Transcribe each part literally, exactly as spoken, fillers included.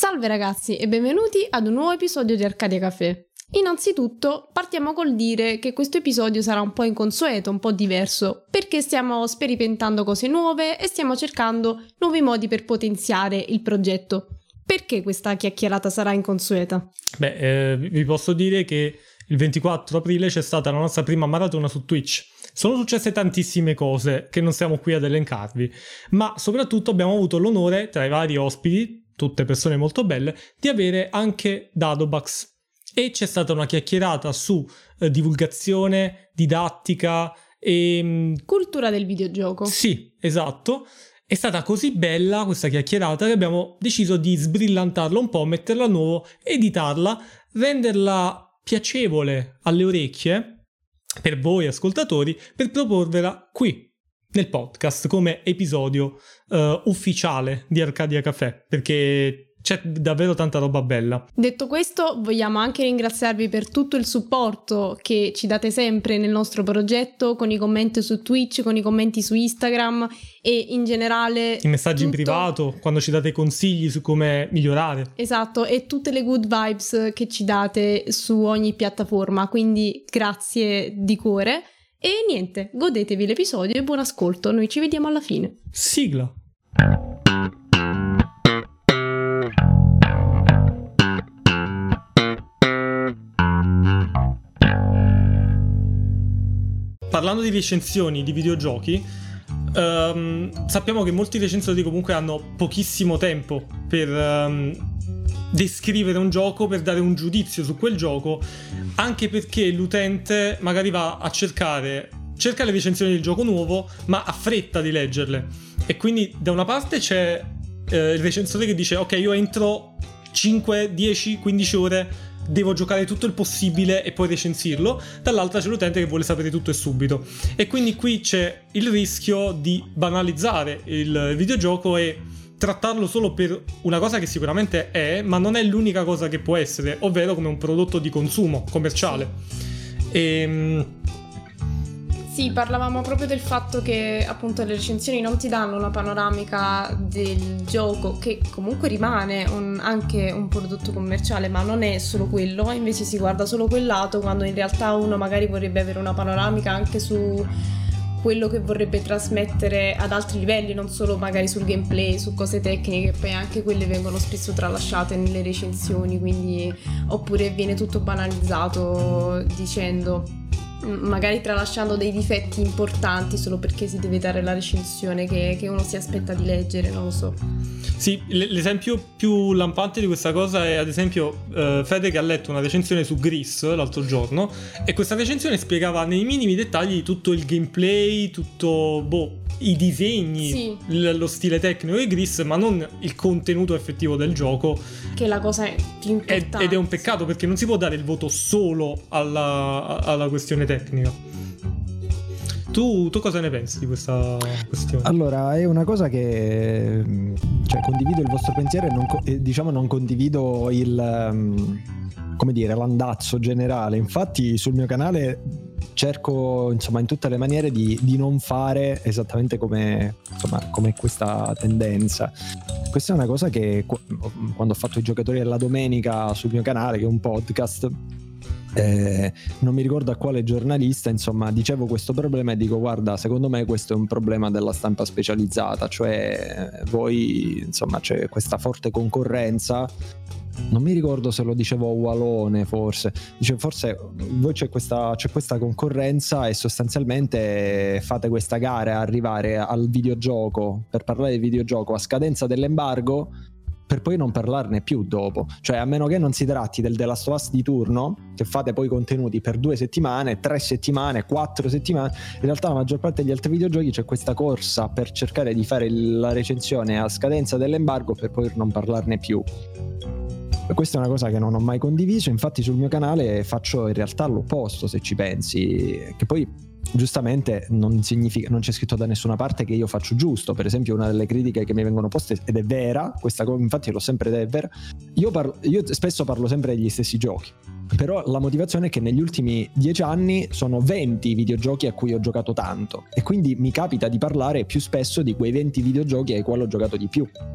Salve ragazzi e benvenuti ad un nuovo episodio di Arcadia Café. Innanzitutto partiamo col dire che questo episodio sarà un po' inconsueto, un po' diverso, perché stiamo sperimentando cose nuove e stiamo cercando nuovi modi per potenziare il progetto. Perché questa chiacchierata sarà inconsueta? Beh, eh, vi posso dire che il ventiquattro aprile c'è stata la nostra prima maratona su Twitch. Sono successe tantissime cose che non siamo qui ad elencarvi, ma soprattutto abbiamo avuto l'onore, tra i vari ospiti, tutte persone molto belle, di avere anche Dadobax. E c'è stata una chiacchierata su eh, divulgazione, didattica e... cultura del videogioco. Sì, esatto. È stata così bella questa chiacchierata che abbiamo deciso di sbrillantarla un po', metterla a nuovo, editarla, renderla piacevole alle orecchie per voi ascoltatori, per proporvela qui nel podcast come episodio uh, ufficiale di Arcadia Café, perché c'è davvero tanta roba bella. Detto questo, vogliamo anche ringraziarvi per tutto il supporto che ci date sempre nel nostro progetto, con i commenti su Twitch, con i commenti su Instagram e in generale... I messaggi tutto... in privato, quando ci date consigli su come migliorare. Esatto, e tutte le good vibes che ci date su ogni piattaforma, quindi grazie di cuore. E niente, godetevi l'episodio e buon ascolto, noi ci vediamo alla fine. Sigla! Parlando di recensioni di videogiochi, um, sappiamo che molti recensori comunque hanno pochissimo tempo per um, descrivere un gioco, per dare un giudizio su quel gioco, anche perché l'utente magari va a cercare cerca le recensioni del gioco nuovo, ma ha fretta di leggerle. E quindi da una parte c'è eh, il recensore che dice: ok, io entro cinque, dieci, quindici ore devo giocare tutto il possibile e poi recensirlo. Dall'altra c'è l'utente che vuole sapere tutto e subito. E quindi qui c'è il rischio di banalizzare il videogioco e trattarlo solo per una cosa che sicuramente è, ma non è l'unica cosa che può essere, ovvero come un prodotto di consumo commerciale. E... Sì, parlavamo proprio del fatto che appunto le recensioni non ti danno una panoramica del gioco, che comunque rimane un, anche un prodotto commerciale, ma non è solo quello, invece si guarda solo quel lato, quando in realtà uno magari vorrebbe avere una panoramica anche su quello che vorrebbe trasmettere ad altri livelli, non solo magari sul gameplay, su cose tecniche, poi anche quelle vengono spesso tralasciate nelle recensioni, quindi oppure viene tutto banalizzato dicendo, magari tralasciando dei difetti importanti solo perché si deve dare la recensione che, che uno si aspetta di leggere, non lo so. Sì, l'esempio più lampante di questa cosa è ad esempio uh, Fede, che ha letto una recensione su Gris l'altro giorno, e questa recensione spiegava nei minimi dettagli tutto il gameplay, tutto, boh, i disegni, sì, l- lo stile tecnico di Gris, ma non il contenuto effettivo del gioco, che è la cosa più importante. Ed è un peccato, perché non si può dare il voto solo alla, alla questione tecnica. Tu, tu cosa ne pensi di questa questione? Allora, è una cosa che, cioè, condivido il vostro pensiero e non, diciamo non condivido il, come dire, l'andazzo generale. Infatti sul mio canale cerco, insomma, in tutte le maniere di, di non fare esattamente come, insomma, come questa tendenza. Questa è una cosa che quando ho fatto i giocatori della domenica sul mio canale, che è un podcast, Eh, non mi ricordo a quale giornalista, insomma, dicevo questo problema e dico: guarda, secondo me questo è un problema della stampa specializzata, cioè voi, insomma, c'è questa forte concorrenza. Non mi ricordo se lo dicevo a Walone, forse dice forse voi c'è questa, c'è questa concorrenza e sostanzialmente fate questa gara a arrivare al videogioco, per parlare di videogioco a scadenza dell'embargo, per poi non parlarne più dopo. Cioè, a meno che non si tratti del The Last of Us di turno, che fate poi contenuti per due settimane, tre settimane, quattro settimane, in realtà la maggior parte degli altri videogiochi c'è questa corsa per cercare di fare la recensione a scadenza dell'embargo per poi non parlarne più. E questa è una cosa che non ho mai condiviso, infatti sul mio canale faccio in realtà l'opposto, se ci pensi, che poi giustamente non significa, non c'è scritto da nessuna parte che io faccio giusto. Per esempio, una delle critiche che mi vengono poste, ed è vera questa cosa, infatti l'ho sempre detto, è vera, io, parlo, io spesso parlo sempre degli stessi giochi, però la motivazione è che negli ultimi dieci anni sono venti i videogiochi a cui ho giocato tanto, e quindi mi capita di parlare più spesso di quei venti videogiochi ai quali ho giocato di più.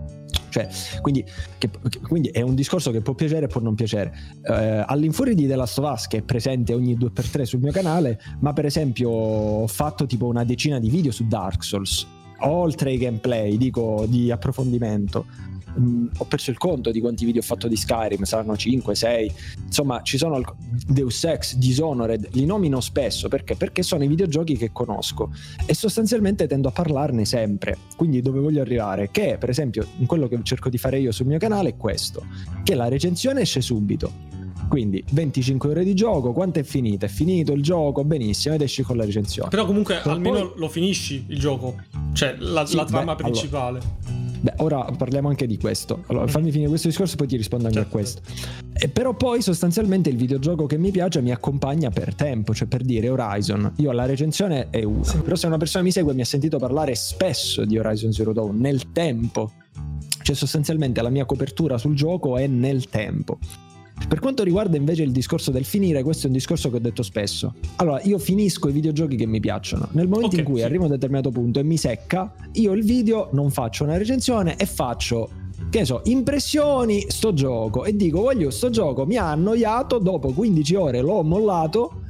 Cioè, quindi, che, quindi è un discorso che può piacere e può non piacere. Eh, all'infuori di The Last of Us, che è presente ogni due per tre sul mio canale, ma per esempio ho fatto tipo una decina di video su Dark Souls, oltre ai gameplay, dico, di approfondimento. Mm, ho perso il conto di quanti video ho fatto di Skyrim, saranno cinque, sei, insomma ci sono Deus Ex, Dishonored, li nomino spesso perché? Perché sono i videogiochi che conosco e sostanzialmente tendo a parlarne sempre. Quindi dove voglio arrivare? Che per esempio in quello che cerco di fare io sul mio canale è questo, che la recensione esce subito, quindi venticinque ore di gioco, quanto è finito? È finito il gioco, benissimo, ed esci con la recensione. Però comunque Poi, almeno lo finisci il gioco, cioè la, sì, la trama beh, principale. Allora, beh, ora parliamo anche di questo. Allora, fammi finire questo discorso e poi ti rispondo anche certo. a questo. E però poi sostanzialmente il videogioco che mi piace mi accompagna per tempo, cioè per dire Horizon, io la recensione è una, sì. Però se una persona mi segue mi ha sentito parlare spesso di Horizon Zero Dawn nel tempo, cioè sostanzialmente la mia copertura sul gioco è nel tempo. Per quanto riguarda invece il discorso del finire, questo è un discorso che ho detto spesso. Allora, io finisco i videogiochi che mi piacciono. Nel momento okay, in cui sì. arrivo a un determinato punto e mi secca, io il video non faccio una recensione e faccio, che ne so, impressioni, sto gioco, e dico, voglio sto gioco, mi ha annoiato, dopo quindici ore l'ho mollato,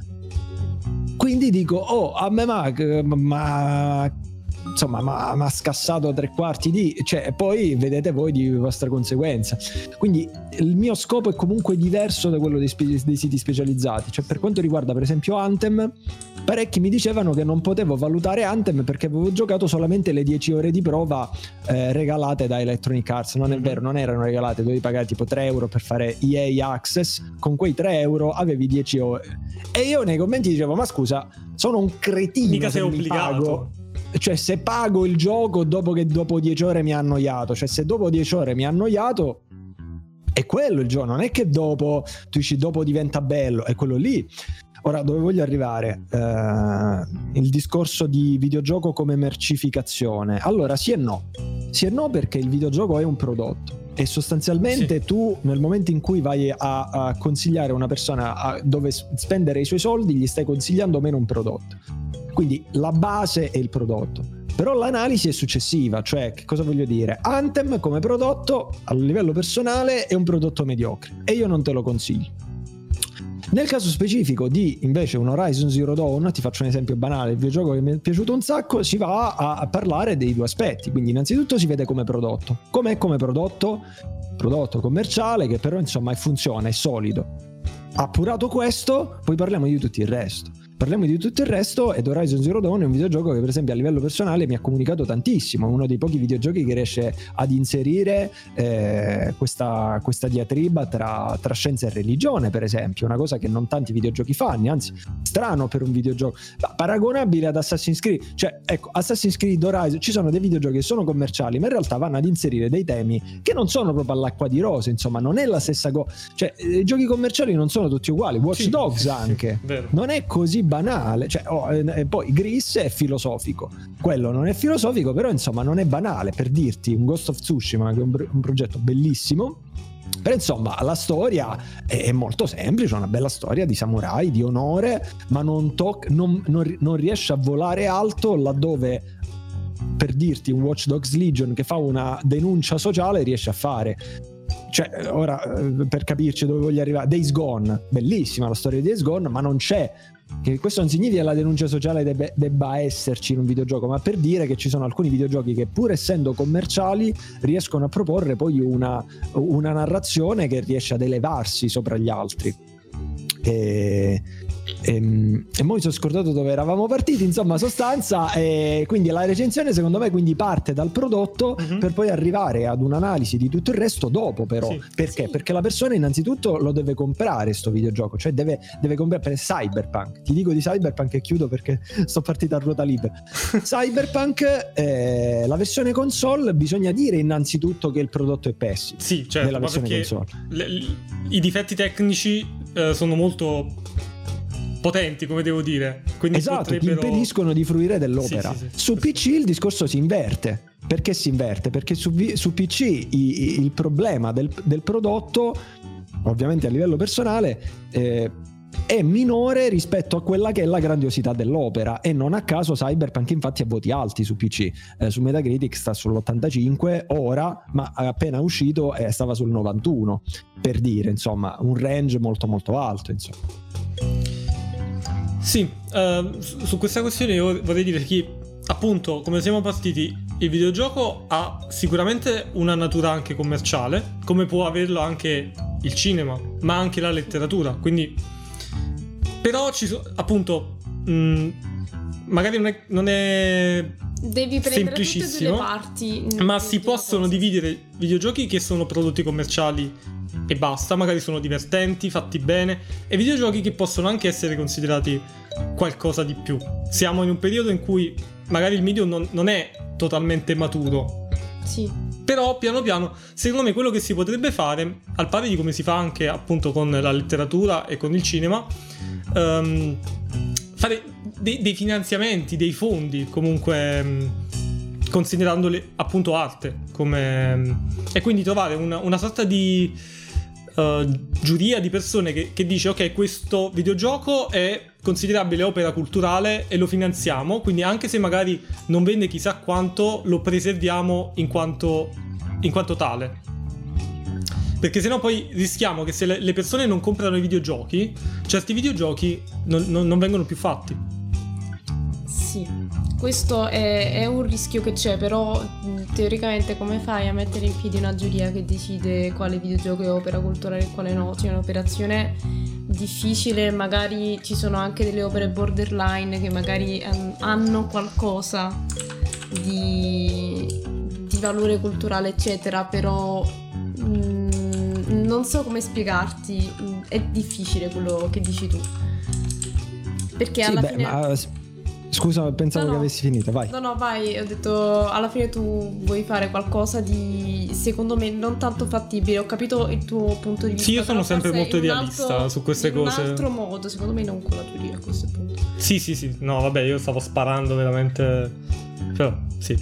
quindi dico, oh, a me ma... ma insomma mi ha scassato tre quarti di, cioè poi vedete voi di vostra conseguenza. Quindi il mio scopo è comunque diverso da quello dei, spe- dei siti specializzati. Cioè per quanto riguarda per esempio Anthem, parecchi mi dicevano che non potevo valutare Anthem perché avevo giocato solamente le dieci ore di prova eh, regalate da Electronic Arts. Non è vero, non erano regalate, dovevi pagare tipo tre euro per fare E A Access, con quei tre euro avevi dieci ore e io nei commenti dicevo, ma scusa, sono un cretino, mica sei obbligato. Pago. Cioè se pago il gioco dopo che dopo dieci ore mi ha annoiato, cioè se dopo dieci ore mi ha annoiato è quello il gioco, non è che dopo tu dici dopo diventa bello, è quello lì. Ora dove voglio arrivare? Uh, il discorso di videogioco come mercificazione. Allora sì e no, sì e no perché il videogioco è un prodotto e sostanzialmente sì. tu nel momento in cui vai a, a consigliare a una persona a dove spendere i suoi soldi gli stai consigliando meno un prodotto. Quindi la base è il prodotto, però l'analisi è successiva, cioè che cosa voglio dire? Anthem come prodotto a livello personale è un prodotto mediocre e io non te lo consiglio. Nel caso specifico di invece un Horizon Zero Dawn, ti faccio un esempio banale, il videogioco che mi è piaciuto un sacco, si va a, a parlare dei due aspetti. Quindi innanzitutto si vede come prodotto. Com'è come prodotto? Prodotto commerciale che però insomma funziona, è solido. Appurato questo, poi parliamo di tutto il resto. Parliamo di tutto il resto ed Horizon Zero Dawn è un videogioco che per esempio a livello personale mi ha comunicato tantissimo, uno dei pochi videogiochi che riesce ad inserire eh, questa, questa diatriba tra, tra scienza e religione per esempio, una cosa che non tanti videogiochi fanno, anzi strano per un videogioco, paragonabile ad Assassin's Creed, cioè ecco Assassin's Creed Horizon, ci sono dei videogiochi che sono commerciali ma in realtà vanno ad inserire dei temi che non sono proprio all'acqua di rose, insomma non è la stessa cosa, cioè i giochi commerciali non sono tutti uguali, Watch sì, Dogs sì, anche sì, non è così banale, cioè, oh, eh, poi Gris è filosofico, quello non è filosofico però insomma non è banale, per dirti un Ghost of Tsushima che è un, un progetto bellissimo, però insomma la storia è, è molto semplice, una bella storia di samurai, di onore, ma non, toc- non, non, non riesce a volare alto laddove per dirti un Watch Dogs Legion che fa una denuncia sociale riesce a fare. Cioè, ora per capirci dove voglio arrivare, Days Gone, bellissima la storia di Days Gone, ma non c'è, che questo non significa che la denuncia sociale debba, debba esserci in un videogioco, ma per dire che ci sono alcuni videogiochi che pur essendo commerciali riescono a proporre poi una, una narrazione che riesce ad elevarsi sopra gli altri. E, e, e poi mi sono scordato dove eravamo partiti, insomma sostanza, e quindi la recensione secondo me quindi parte dal prodotto uh-huh. per poi arrivare ad un'analisi di tutto il resto dopo però, sì. perché? Sì. Perché la persona innanzitutto lo deve comprare sto videogioco, cioè deve, deve comprare per Cyberpunk, ti dico di Cyberpunk e chiudo perché sto partita a ruota libera. Cyberpunk eh, la versione console bisogna dire innanzitutto che il prodotto è pessimo, sì, certo, nella versione console le, le, i difetti tecnici eh, sono molto potenti, come devo dire, quindi esatto, potrebbero... ti impediscono di fruire dell'opera. Sì, sì, sì, su P C il discorso si inverte. Perché si inverte? Perché su, su P C i, i, il problema del, del prodotto, ovviamente a livello personale, eh, è minore rispetto a quella che è la grandiosità dell'opera, e non a caso Cyberpunk infatti ha voti alti su P C, eh, su Metacritic sta sull'ottantacinque ora, ma appena uscito eh, stava sul novantuno, per dire, insomma, un range molto molto alto, insomma. Sì, uh, su, su questa questione io vorrei dire che appunto, come siamo partiti, il videogioco ha sicuramente una natura anche commerciale, come può averlo anche il cinema, ma anche la letteratura, quindi però ci sono appunto mh, magari non è, non è devi prendere tutte e due le parti, ma si possono cosa. dividere videogiochi che sono prodotti commerciali e basta, magari sono divertenti, fatti bene, e videogiochi che possono anche essere considerati qualcosa di più. Siamo in un periodo in cui magari il medium non, non è totalmente maturo, sì, però piano piano secondo me quello che si potrebbe fare, al pari di come si fa anche appunto con la letteratura e con il cinema, um, fare dei, dei finanziamenti, dei fondi comunque, um, considerandole appunto arte come, um, e quindi trovare una, una sorta di uh, giuria di persone che, che dice ok, questo videogioco è considerabile opera culturale e lo finanziamo, quindi anche se magari non vende chissà quanto, lo preserviamo in quanto, in quanto tale, perché sennò poi rischiamo che se le persone non comprano i videogiochi, certi videogiochi non, non, non vengono più fatti. Sì, questo è, è un rischio che c'è, però teoricamente come fai a mettere in piedi una giuria che decide quale videogioco è opera culturale e quale no? C'è un'operazione difficile, magari ci sono anche delle opere borderline che magari um, hanno qualcosa di, di valore culturale eccetera, però mm, non so come spiegarti, è difficile quello che dici tu, perché sì, alla beh, fine ma... Scusa, pensavo no, no. che avessi finito, vai. No, no, vai, ho detto, alla fine tu vuoi fare qualcosa di, secondo me, non tanto fattibile. Ho capito il tuo punto di vista. Sì, io sono sempre molto idealista altro, su queste in cose. In un altro modo, secondo me non con la giuria a questo punto. Sì, sì, sì, no, vabbè, io stavo sparando veramente, però, sì.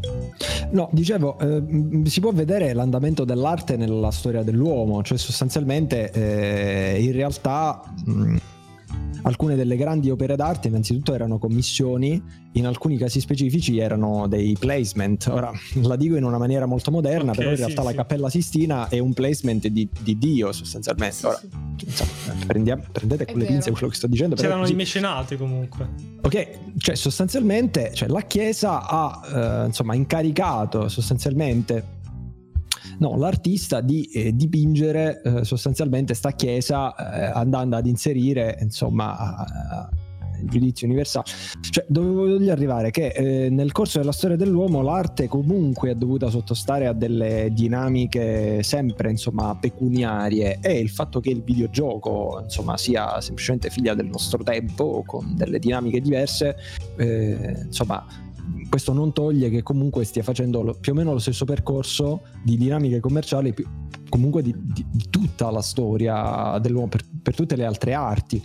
No, dicevo, eh, si può vedere l'andamento dell'arte nella storia dell'uomo, cioè sostanzialmente eh, in realtà... Mh, alcune delle grandi opere d'arte innanzitutto erano commissioni, in alcuni casi specifici erano dei placement. Ora la dico in una maniera molto moderna, okay, però in sì, realtà sì. La Cappella Sistina è un placement di, di Dio sostanzialmente. Sì, Ora, sì. Insomma, prendiamo, prendete con le pinze quello che sto dicendo. C'erano i mecenati comunque. Ok, cioè sostanzialmente cioè, la Chiesa ha eh, insomma incaricato sostanzialmente No, l'artista di eh, dipingere eh, sostanzialmente sta chiesa eh, andando ad inserire insomma a, a, il giudizio universale. Cioè, dove voglio arrivare? Che eh, nel corso della storia dell'uomo l'arte comunque è dovuta sottostare a delle dinamiche sempre insomma pecuniarie, e il fatto che il videogioco insomma sia semplicemente figlia del nostro tempo con delle dinamiche diverse eh, insomma questo non toglie che comunque stia facendo lo, più o meno lo stesso percorso di dinamiche commerciali più, comunque di, di, di tutta la storia dell'uomo per, per tutte le altre arti,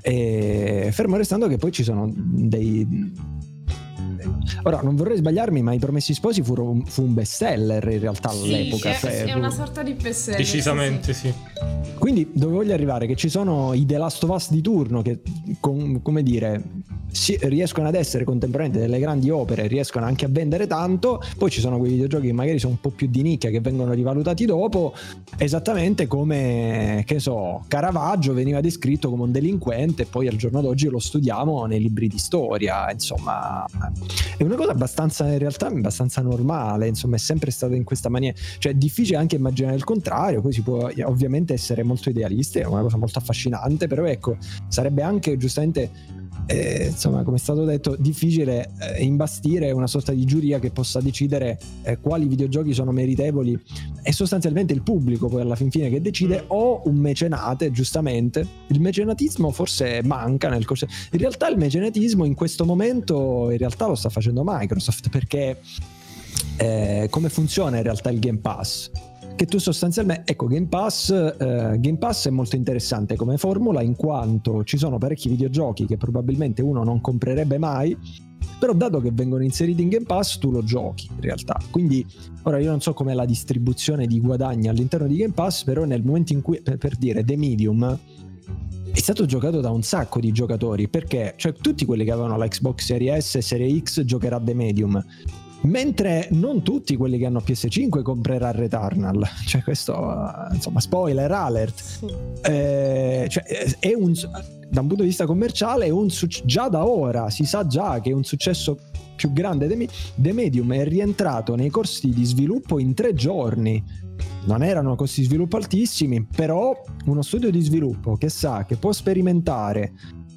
e fermo restando che poi ci sono dei ora non vorrei sbagliarmi, ma I Promessi Sposi fu un, fu un best seller in realtà all'epoca. Sì, è, è una sorta di best seller. Decisamente sì, sì. Quindi dove voglio arrivare? Che ci sono i The Last of Us di turno che con, come dire si, riescono ad essere contemporaneamente delle grandi opere, riescono anche a vendere tanto, poi ci sono quei videogiochi che magari sono un po' più di nicchia che vengono rivalutati dopo, esattamente come, che so, Caravaggio veniva descritto come un delinquente e poi al giorno d'oggi lo studiamo nei libri di storia, insomma è una cosa abbastanza, in realtà abbastanza normale, insomma è sempre stata in questa maniera, cioè è difficile anche immaginare il contrario, poi si può ovviamente essere molto idealisti, è una cosa molto affascinante, però ecco sarebbe anche giustamente eh, insomma come è stato detto difficile eh, imbastire una sorta di giuria che possa decidere eh, quali videogiochi sono meritevoli, è sostanzialmente il pubblico poi alla fin fine che decide, o un mecenate. Giustamente il mecenatismo forse manca nel corso, in realtà il mecenatismo in questo momento in realtà lo sta facendo Microsoft, perché eh, come funziona in realtà il Game Pass? Che tu sostanzialmente, ecco, Game Pass, eh, Game Pass è molto interessante come formula, in quanto ci sono parecchi videogiochi che probabilmente uno non comprerebbe mai, però dato che vengono inseriti in Game Pass tu lo giochi in realtà. Quindi ora io non so com'è la distribuzione di guadagni all'interno di Game Pass, però nel momento in cui, per, per dire, The Medium è stato giocato da un sacco di giocatori, perché cioè tutti quelli che avevano la Xbox Series S e Series X giocherà The Medium, mentre non tutti quelli che hanno P S cinque comprerà Returnal. Cioè questo, insomma, spoiler alert. Sì. Eh, cioè, è un, da un punto di vista commerciale è un già da ora si sa già che è un successo più grande. The Medium è rientrato nei costi di sviluppo in tre giorni. Non erano costi di sviluppo altissimi, però uno studio di sviluppo che sa che può sperimentare,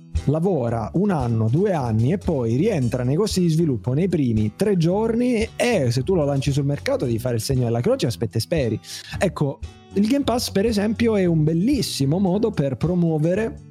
lavora un anno, due anni e poi rientra nei costi di sviluppo nei primi tre giorni, e se tu lo lanci sul mercato devi fare il segno della croce, aspetta e speri. Ecco, il Game Pass per esempio è un bellissimo modo per promuovere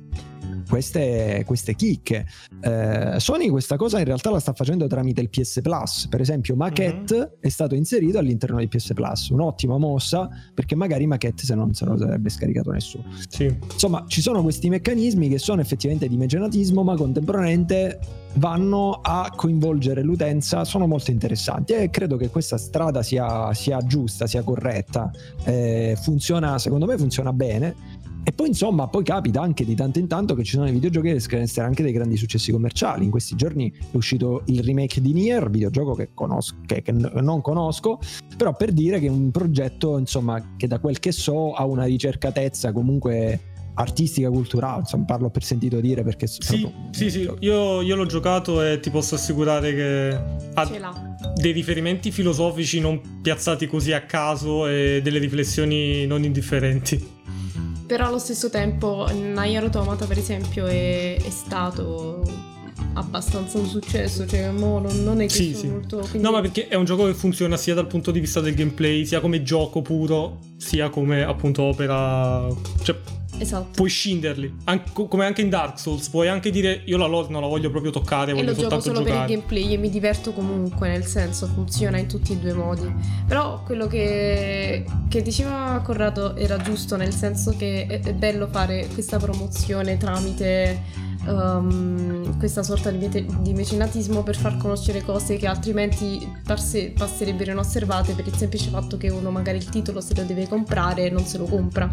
queste, queste chicche. eh, Sony questa cosa in realtà la sta facendo tramite il P S Plus. Per esempio Maquette mm-hmm. è stato inserito all'interno del P S Plus, un'ottima mossa, perché magari Maquette se non se lo sarebbe scaricato nessuno. Sì. Insomma, ci sono questi meccanismi che sono effettivamente di mecenatismo, ma contemporaneamente vanno a coinvolgere l'utenza, sono molto interessanti e credo che questa strada sia, sia giusta, sia corretta. eh, funziona, secondo me funziona bene. E poi insomma poi capita anche di tanto in tanto che ci sono i videogiochi che rischiano di essere anche dei grandi successi commerciali. In questi giorni è uscito il remake di Nier, videogioco che conosco, che, che non conosco, però per dire che è un progetto insomma che da quel che so ha una ricercatezza comunque artistica, culturale, insomma parlo per sentito dire, perché sì, sì, sì, io, io l'ho giocato e ti posso assicurare che ha dei riferimenti filosofici non piazzati così a caso e delle riflessioni non indifferenti. Però allo stesso tempo Nier Automata per esempio è, è stato abbastanza un successo, cioè mo non, non è che sì, sì. molto quindi... No, ma perché è un gioco che funziona sia dal punto di vista del gameplay, sia come gioco puro, sia come appunto opera, cioè esatto. Puoi scinderli, An- come anche in Dark Souls puoi anche dire io la lore non la voglio proprio toccare, voglio e lo soltanto gioco solo giocare. Per il gameplay e mi diverto comunque, nel senso funziona in tutti e due i modi. Però quello che, che diceva Corrado era giusto, nel senso che è, è bello fare questa promozione tramite Um, questa sorta di, mete- di mecenatismo per far conoscere cose che altrimenti parse- passerebbero inosservate, per il semplice fatto che uno magari il titolo se lo deve comprare e non se lo compra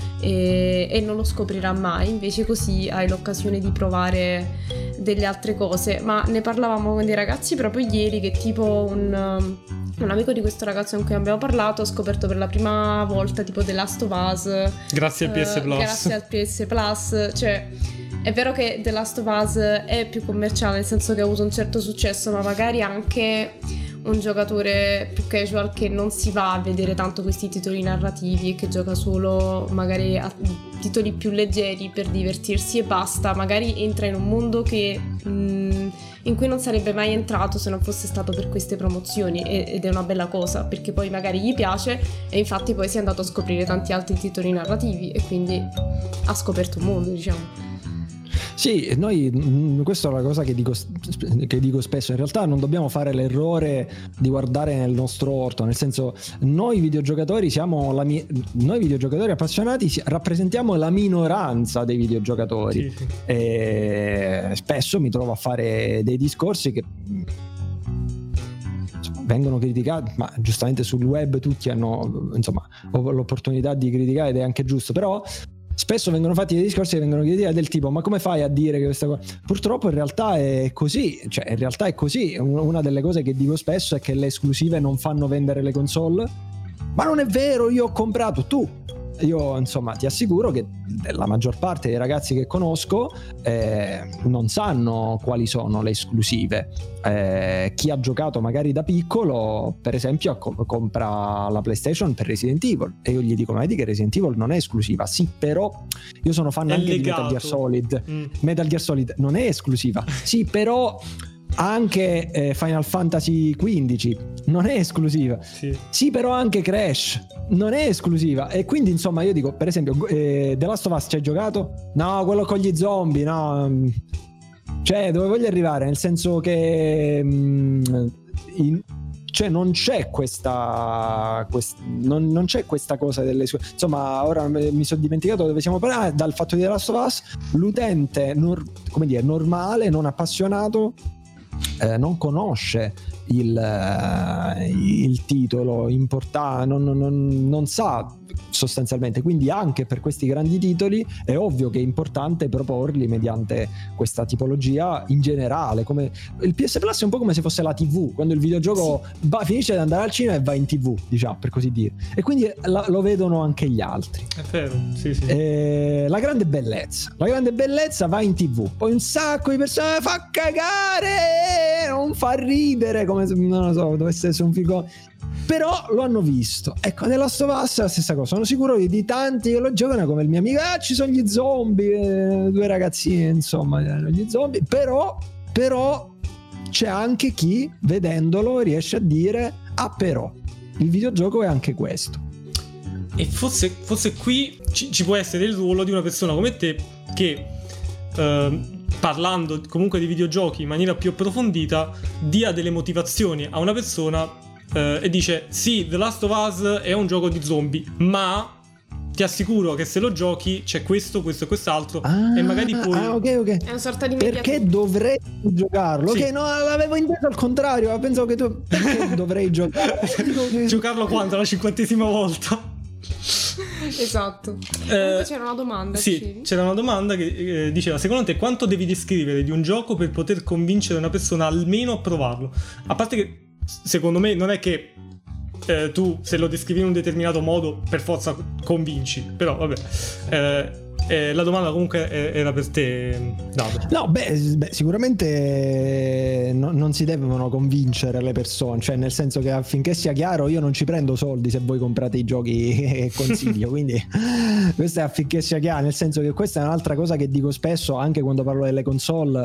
e, e non lo scoprirà mai. Invece così hai l'occasione di provare delle altre cose. Ma ne parlavamo con dei ragazzi proprio ieri, che tipo un, un amico di questo ragazzo con cui abbiamo parlato ha scoperto per la prima volta tipo The Last of Us grazie al P S Plus. Grazie al P S Plus, cioè è vero che The Last of Us è più commerciale, nel senso che ha avuto un certo successo, ma magari anche un giocatore più casual che non si va a vedere tanto questi titoli narrativi e che gioca solo magari a titoli più leggeri per divertirsi e basta, magari entra in un mondo che mh, in cui non sarebbe mai entrato se non fosse stato per queste promozioni, ed è una bella cosa, perché poi magari gli piace e infatti poi si è andato a scoprire tanti altri titoli narrativi e quindi ha scoperto un mondo, diciamo. Sì, noi, questa è una cosa che dico, che dico spesso, in realtà non dobbiamo fare l'errore di guardare nel nostro orto, nel senso, noi videogiocatori siamo la mi- noi videogiocatori appassionati rappresentiamo la minoranza dei videogiocatori. Sì, sì. E spesso mi trovo a fare dei discorsi che vengono criticati, ma giustamente sul web tutti hanno insomma l'opportunità di criticare ed è anche giusto, però spesso vengono fatti dei discorsi che vengono criticati del tipo ma come fai a dire che questa cosa, purtroppo in realtà è così, cioè in realtà è così. Una delle cose che dico spesso è che le esclusive non fanno vendere le console, ma non è vero, io ho comprato, tu io insomma ti assicuro che la maggior parte dei ragazzi che conosco eh, non sanno quali sono le esclusive. Eh, chi ha giocato magari da piccolo per esempio co- compra la PlayStation per Resident Evil e io gli dico ma vedi che Resident Evil non è esclusiva. Sì, però io sono fan è anche legato. di Metal Gear Solid. mm. Metal Gear Solid non è esclusiva. Sì, però anche eh, Final Fantasy quindici non è esclusiva. Sì. Sì, però anche Crash non è esclusiva. E quindi insomma io dico per esempio eh, The Last of Us ci hai giocato? No, quello con gli zombie, no. Cioè dove voglio arrivare? Nel senso che mh, in, cioè non c'è questa, quest, non, non c'è questa cosa delle sue, insomma ora mi sono dimenticato dove siamo parlati. Ah, dal fatto di The Last of Us l'utente nor, come dire normale, non appassionato, Eh, non conosce il, uh, il titolo importante, non, non, non sa sostanzialmente, quindi anche per questi grandi titoli è ovvio che è importante proporli mediante questa tipologia in generale. Come il P S Plus è un po' come se fosse la tivù, quando il videogioco sì. va, finisce di andare al cinema e va in tivù, diciamo, per così dire, e quindi la, lo vedono anche gli altri. È vero, sì, sì. E la grande bellezza la grande bellezza va in tivù, poi un sacco di persone fa cagare, non fa ridere, come se, non lo so, dovesse essere un figo, però lo hanno visto. Ecco, nella Last of Us è la stessa cosa, sono sicuro di tanti che lo giocano, come il mio amico, ah, ci sono gli zombie, eh, due ragazzini, insomma, gli zombie, però però c'è anche chi vedendolo riesce a dire ah, però il videogioco è anche questo. E forse, forse qui ci, ci può essere il ruolo di una persona come te che eh, parlando comunque di videogiochi in maniera più approfondita dia delle motivazioni a una persona eh, e dice sì, The Last of Us è un gioco di zombie, ma ti assicuro che se lo giochi c'è questo, questo e quest'altro, ah, e magari poi ah, ok, ok. È una sorta di perché mediato. dovrei giocarlo? Sì. Ok, no, l'avevo inteso al contrario, pensavo che tu perché dovrei giocare giocarlo quando? La cinquantesima volta? Esatto. Eh, Comunque c'era una domanda. Sì, dicevi? c'era una domanda che eh, diceva: secondo te quanto devi descrivere di un gioco per poter convincere una persona almeno a provarlo? A parte che secondo me non è che eh, tu se lo descrivi in un determinato modo per forza convinci, però vabbè. Eh, Eh, la domanda comunque era per te, Dado. No, beh, beh sicuramente no, non si devono convincere le persone, cioè nel senso che affinché sia chiaro io non ci prendo soldi se voi comprate i giochi che consiglio, quindi questo è affinché sia chiaro, nel senso che questa è un'altra cosa che dico spesso anche quando parlo delle console.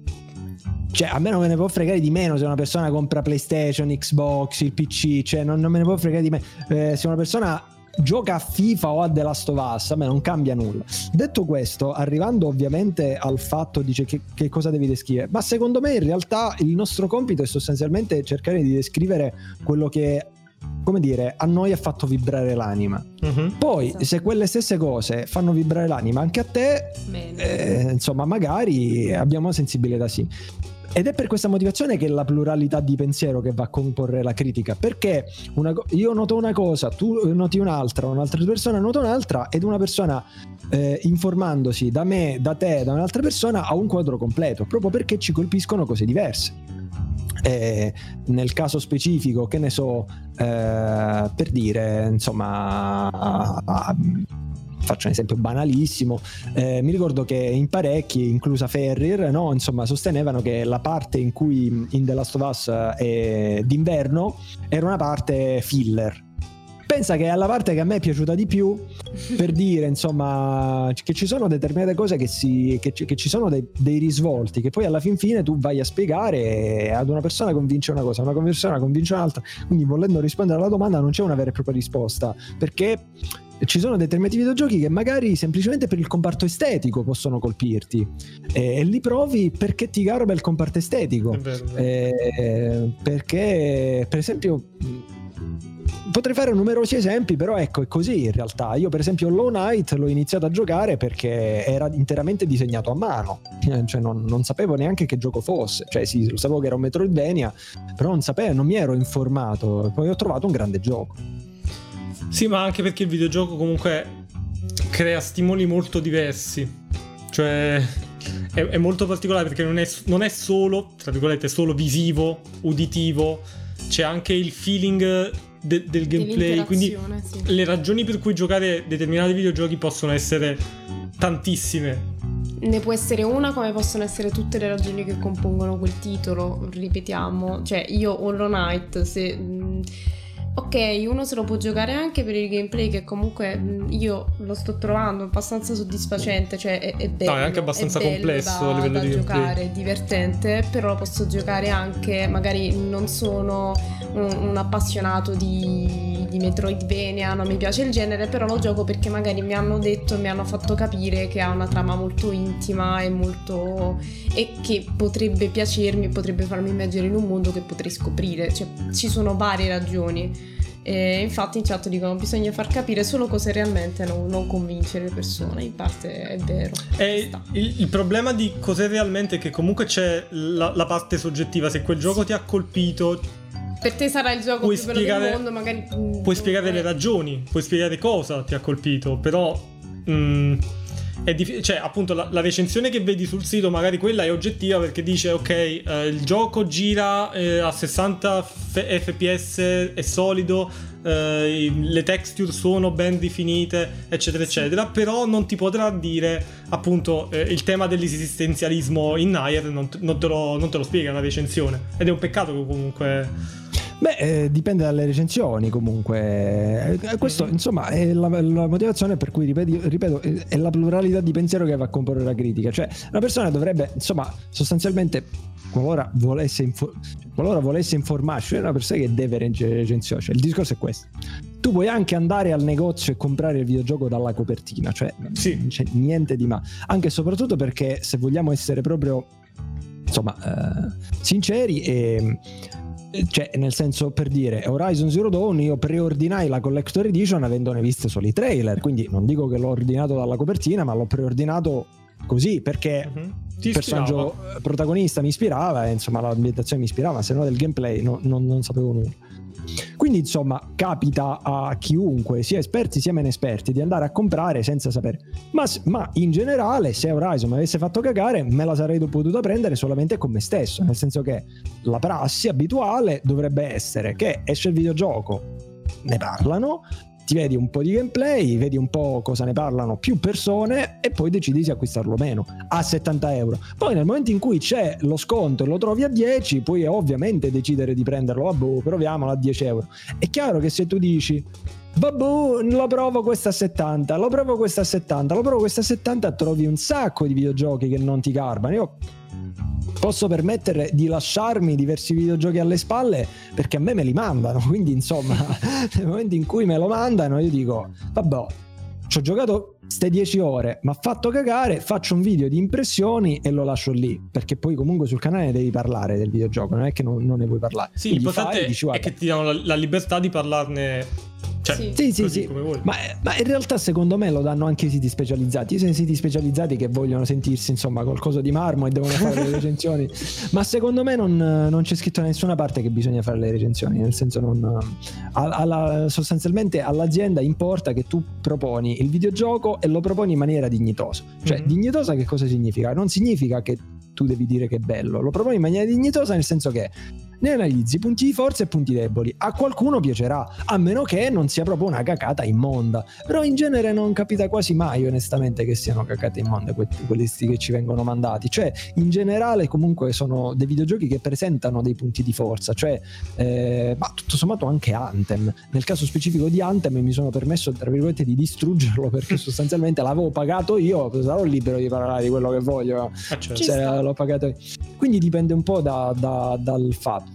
Cioè a me non me ne può fregare di meno se una persona compra PlayStation, Xbox, il P C, cioè non, non me ne può fregare di meno eh, se una persona gioca a FIFA o a The Last of Us, a me non cambia nulla. Detto questo, arrivando ovviamente al fatto dice che, che cosa devi descrivere, ma secondo me in realtà il nostro compito è sostanzialmente cercare di descrivere quello che, come dire, a noi ha fatto vibrare l'anima. Uh-huh. Poi esatto. Se quelle stesse cose fanno vibrare l'anima anche a te, eh, insomma magari abbiamo sensibilità, sì. Ed è per questa motivazione che è la pluralità di pensiero che va a comporre la critica, perché una, io noto una cosa, tu noti un'altra, un'altra persona nota un'altra, ed una persona eh, informandosi da me, da te, da un'altra persona ha un quadro completo, proprio perché ci colpiscono cose diverse. Eh, nel caso specifico, che ne so, eh, per dire, insomma, a, a, faccio un esempio banalissimo, eh, mi ricordo che in parecchi, inclusa Ferrir, no, insomma, sostenevano che la parte in cui in The Last of Us è d'inverno era una parte filler. Pensa che è la parte che a me è piaciuta di più, per dire, insomma, che ci sono determinate cose che, si, che, che ci sono dei, dei risvolti che poi alla fin fine tu vai a spiegare, ad una persona convince una cosa, una persona convince un'altra, quindi volendo rispondere alla domanda non c'è una vera e propria risposta, perché ci sono determinati videogiochi che magari semplicemente per il comparto estetico possono colpirti e, e li provi perché ti garba il comparto estetico. È vero, è vero. Eh, perché per esempio potrei fare numerosi esempi, però ecco, è così in realtà. Io per esempio Hollow Knight l'ho iniziato a giocare perché era interamente disegnato a mano, cioè non, non sapevo neanche che gioco fosse, cioè sì, lo sapevo che era un Metroidvania, però non sapevo, non mi ero informato, poi ho trovato un grande gioco. Sì, ma anche perché il videogioco comunque crea stimoli molto diversi, cioè è, è molto particolare perché non è, non è solo, tra virgolette, solo visivo, uditivo, c'è anche il feeling de, del gameplay, quindi sì. Le ragioni per cui giocare determinati videogiochi possono essere tantissime. Ne può essere una, come possono essere tutte le ragioni che compongono quel titolo, ripetiamo, cioè io Hollow Knight, se... Mh, ok, uno se lo può giocare anche per il gameplay che comunque io lo sto trovando abbastanza soddisfacente, cioè è, è bello, no, è anche abbastanza è complesso da, a livello da di giocare, gameplay. è divertente, però lo posso giocare anche, magari non sono un, un appassionato di, di Metroidvania, non mi piace il genere, però lo gioco perché magari mi hanno detto, mi hanno fatto capire che ha una trama molto intima e molto e che potrebbe piacermi, potrebbe farmi immergere in un mondo che potrei scoprire, cioè ci sono varie ragioni. E infatti in chat dicono bisogna far capire solo cose realmente, non, non convincere le persone. In parte è vero. E il, il problema di cose realmente è che comunque c'è la, la parte soggettiva. Se quel gioco ti ha colpito, per te sarà il gioco puoi più bello spiegare, del mondo, magari puoi spiegare le ragioni, puoi spiegare cosa ti ha colpito, però mh, è difficile, cioè appunto la, la recensione che vedi sul sito magari quella è oggettiva perché dice ok, eh, il gioco gira eh, a sessanta F P S, è solido, eh, le texture sono ben definite, eccetera eccetera, però non ti potrà dire appunto eh, il tema dell'esistenzialismo in Nier, non, non, te lo, non te lo spiega la recensione, ed è un peccato che comunque... Beh, eh, dipende dalle recensioni comunque. Eh, questo, insomma, è la, la motivazione per cui, ripeto, ripeto, è la pluralità di pensiero che va a comporre la critica. Cioè, una persona dovrebbe, insomma, sostanzialmente, qualora volesse, info- qualora volesse informarsi, è una persona che deve leggere recensioni. Cioè, il discorso è questo. Tu puoi anche andare al negozio e comprare il videogioco dalla copertina, cioè sì. non c'è niente di male. Anche e soprattutto perché, se vogliamo essere proprio, insomma, eh, sinceri e... cioè, nel senso, per dire, Horizon Zero Dawn io preordinai la Collector Edition avendone viste solo i trailer, quindi non dico che l'ho ordinato dalla copertina, ma l'ho preordinato così perché uh-huh. il personaggio protagonista mi ispirava e insomma l'ambientazione mi ispirava, se no del gameplay no, non, non sapevo nulla. Quindi insomma capita a chiunque, sia esperti sia meno esperti, di andare a comprare senza sapere, ma, ma in generale se Horizon mi avesse fatto cagare me la sarei potuta prendere solamente con me stesso, nel senso che la prassi abituale dovrebbe essere che esce il videogioco, ne parlano, ti vedi un po' di gameplay, vedi un po' cosa ne parlano più persone e poi decidi se acquistarlo o meno a settanta euro. Poi nel momento in cui c'è lo sconto e lo trovi a dieci, puoi ovviamente decidere di prenderlo, vabbè, proviamolo a dieci euro. È chiaro che se tu dici vabbè, lo provo questo a settanta, lo provo questo a settanta, lo provo questo a settanta, trovi un sacco di videogiochi che non ti garbano. Io posso permettere di lasciarmi diversi videogiochi alle spalle perché a me me li mandano, quindi insomma nel momento in cui me lo mandano io dico vabbè, ci ho giocato ste dieci ore, mi ha fatto cagare, faccio un video di impressioni e lo lascio lì, perché poi comunque sul canale devi parlare del videogioco, non è che non, non ne vuoi parlare. Sì, l'importante è che ti danno la, la libertà di parlarne. Cioè, sì, sì, sì, sì. Ma, ma in realtà secondo me lo danno anche i siti specializzati. Ci sono siti specializzati che vogliono sentirsi insomma col coso di marmo e devono fare le recensioni, ma secondo me non, non c'è scritto da nessuna parte che bisogna fare le recensioni, nel senso non alla, sostanzialmente all'azienda importa che tu proponi il videogioco e lo proponi in maniera dignitosa. Cioè mm-hmm. dignitosa che cosa significa? Non significa che tu devi dire che è bello, lo proponi in maniera dignitosa nel senso che ne analizzi punti di forza e punti deboli. A qualcuno piacerà, a meno che non sia proprio una cacata immonda, però in genere non capita quasi mai onestamente che siano cacate immonde que- quelli che ci vengono mandati. Cioè in generale comunque sono dei videogiochi che presentano dei punti di forza, cioè eh, ma tutto sommato anche Anthem. Nel caso specifico di Anthem mi sono permesso tra virgolette di distruggerlo perché sostanzialmente l'avevo pagato io, sarò libero di parlare di quello che voglio, ah, certo. Se l'ho pagato io. Quindi dipende un po' da, da, dal fatto.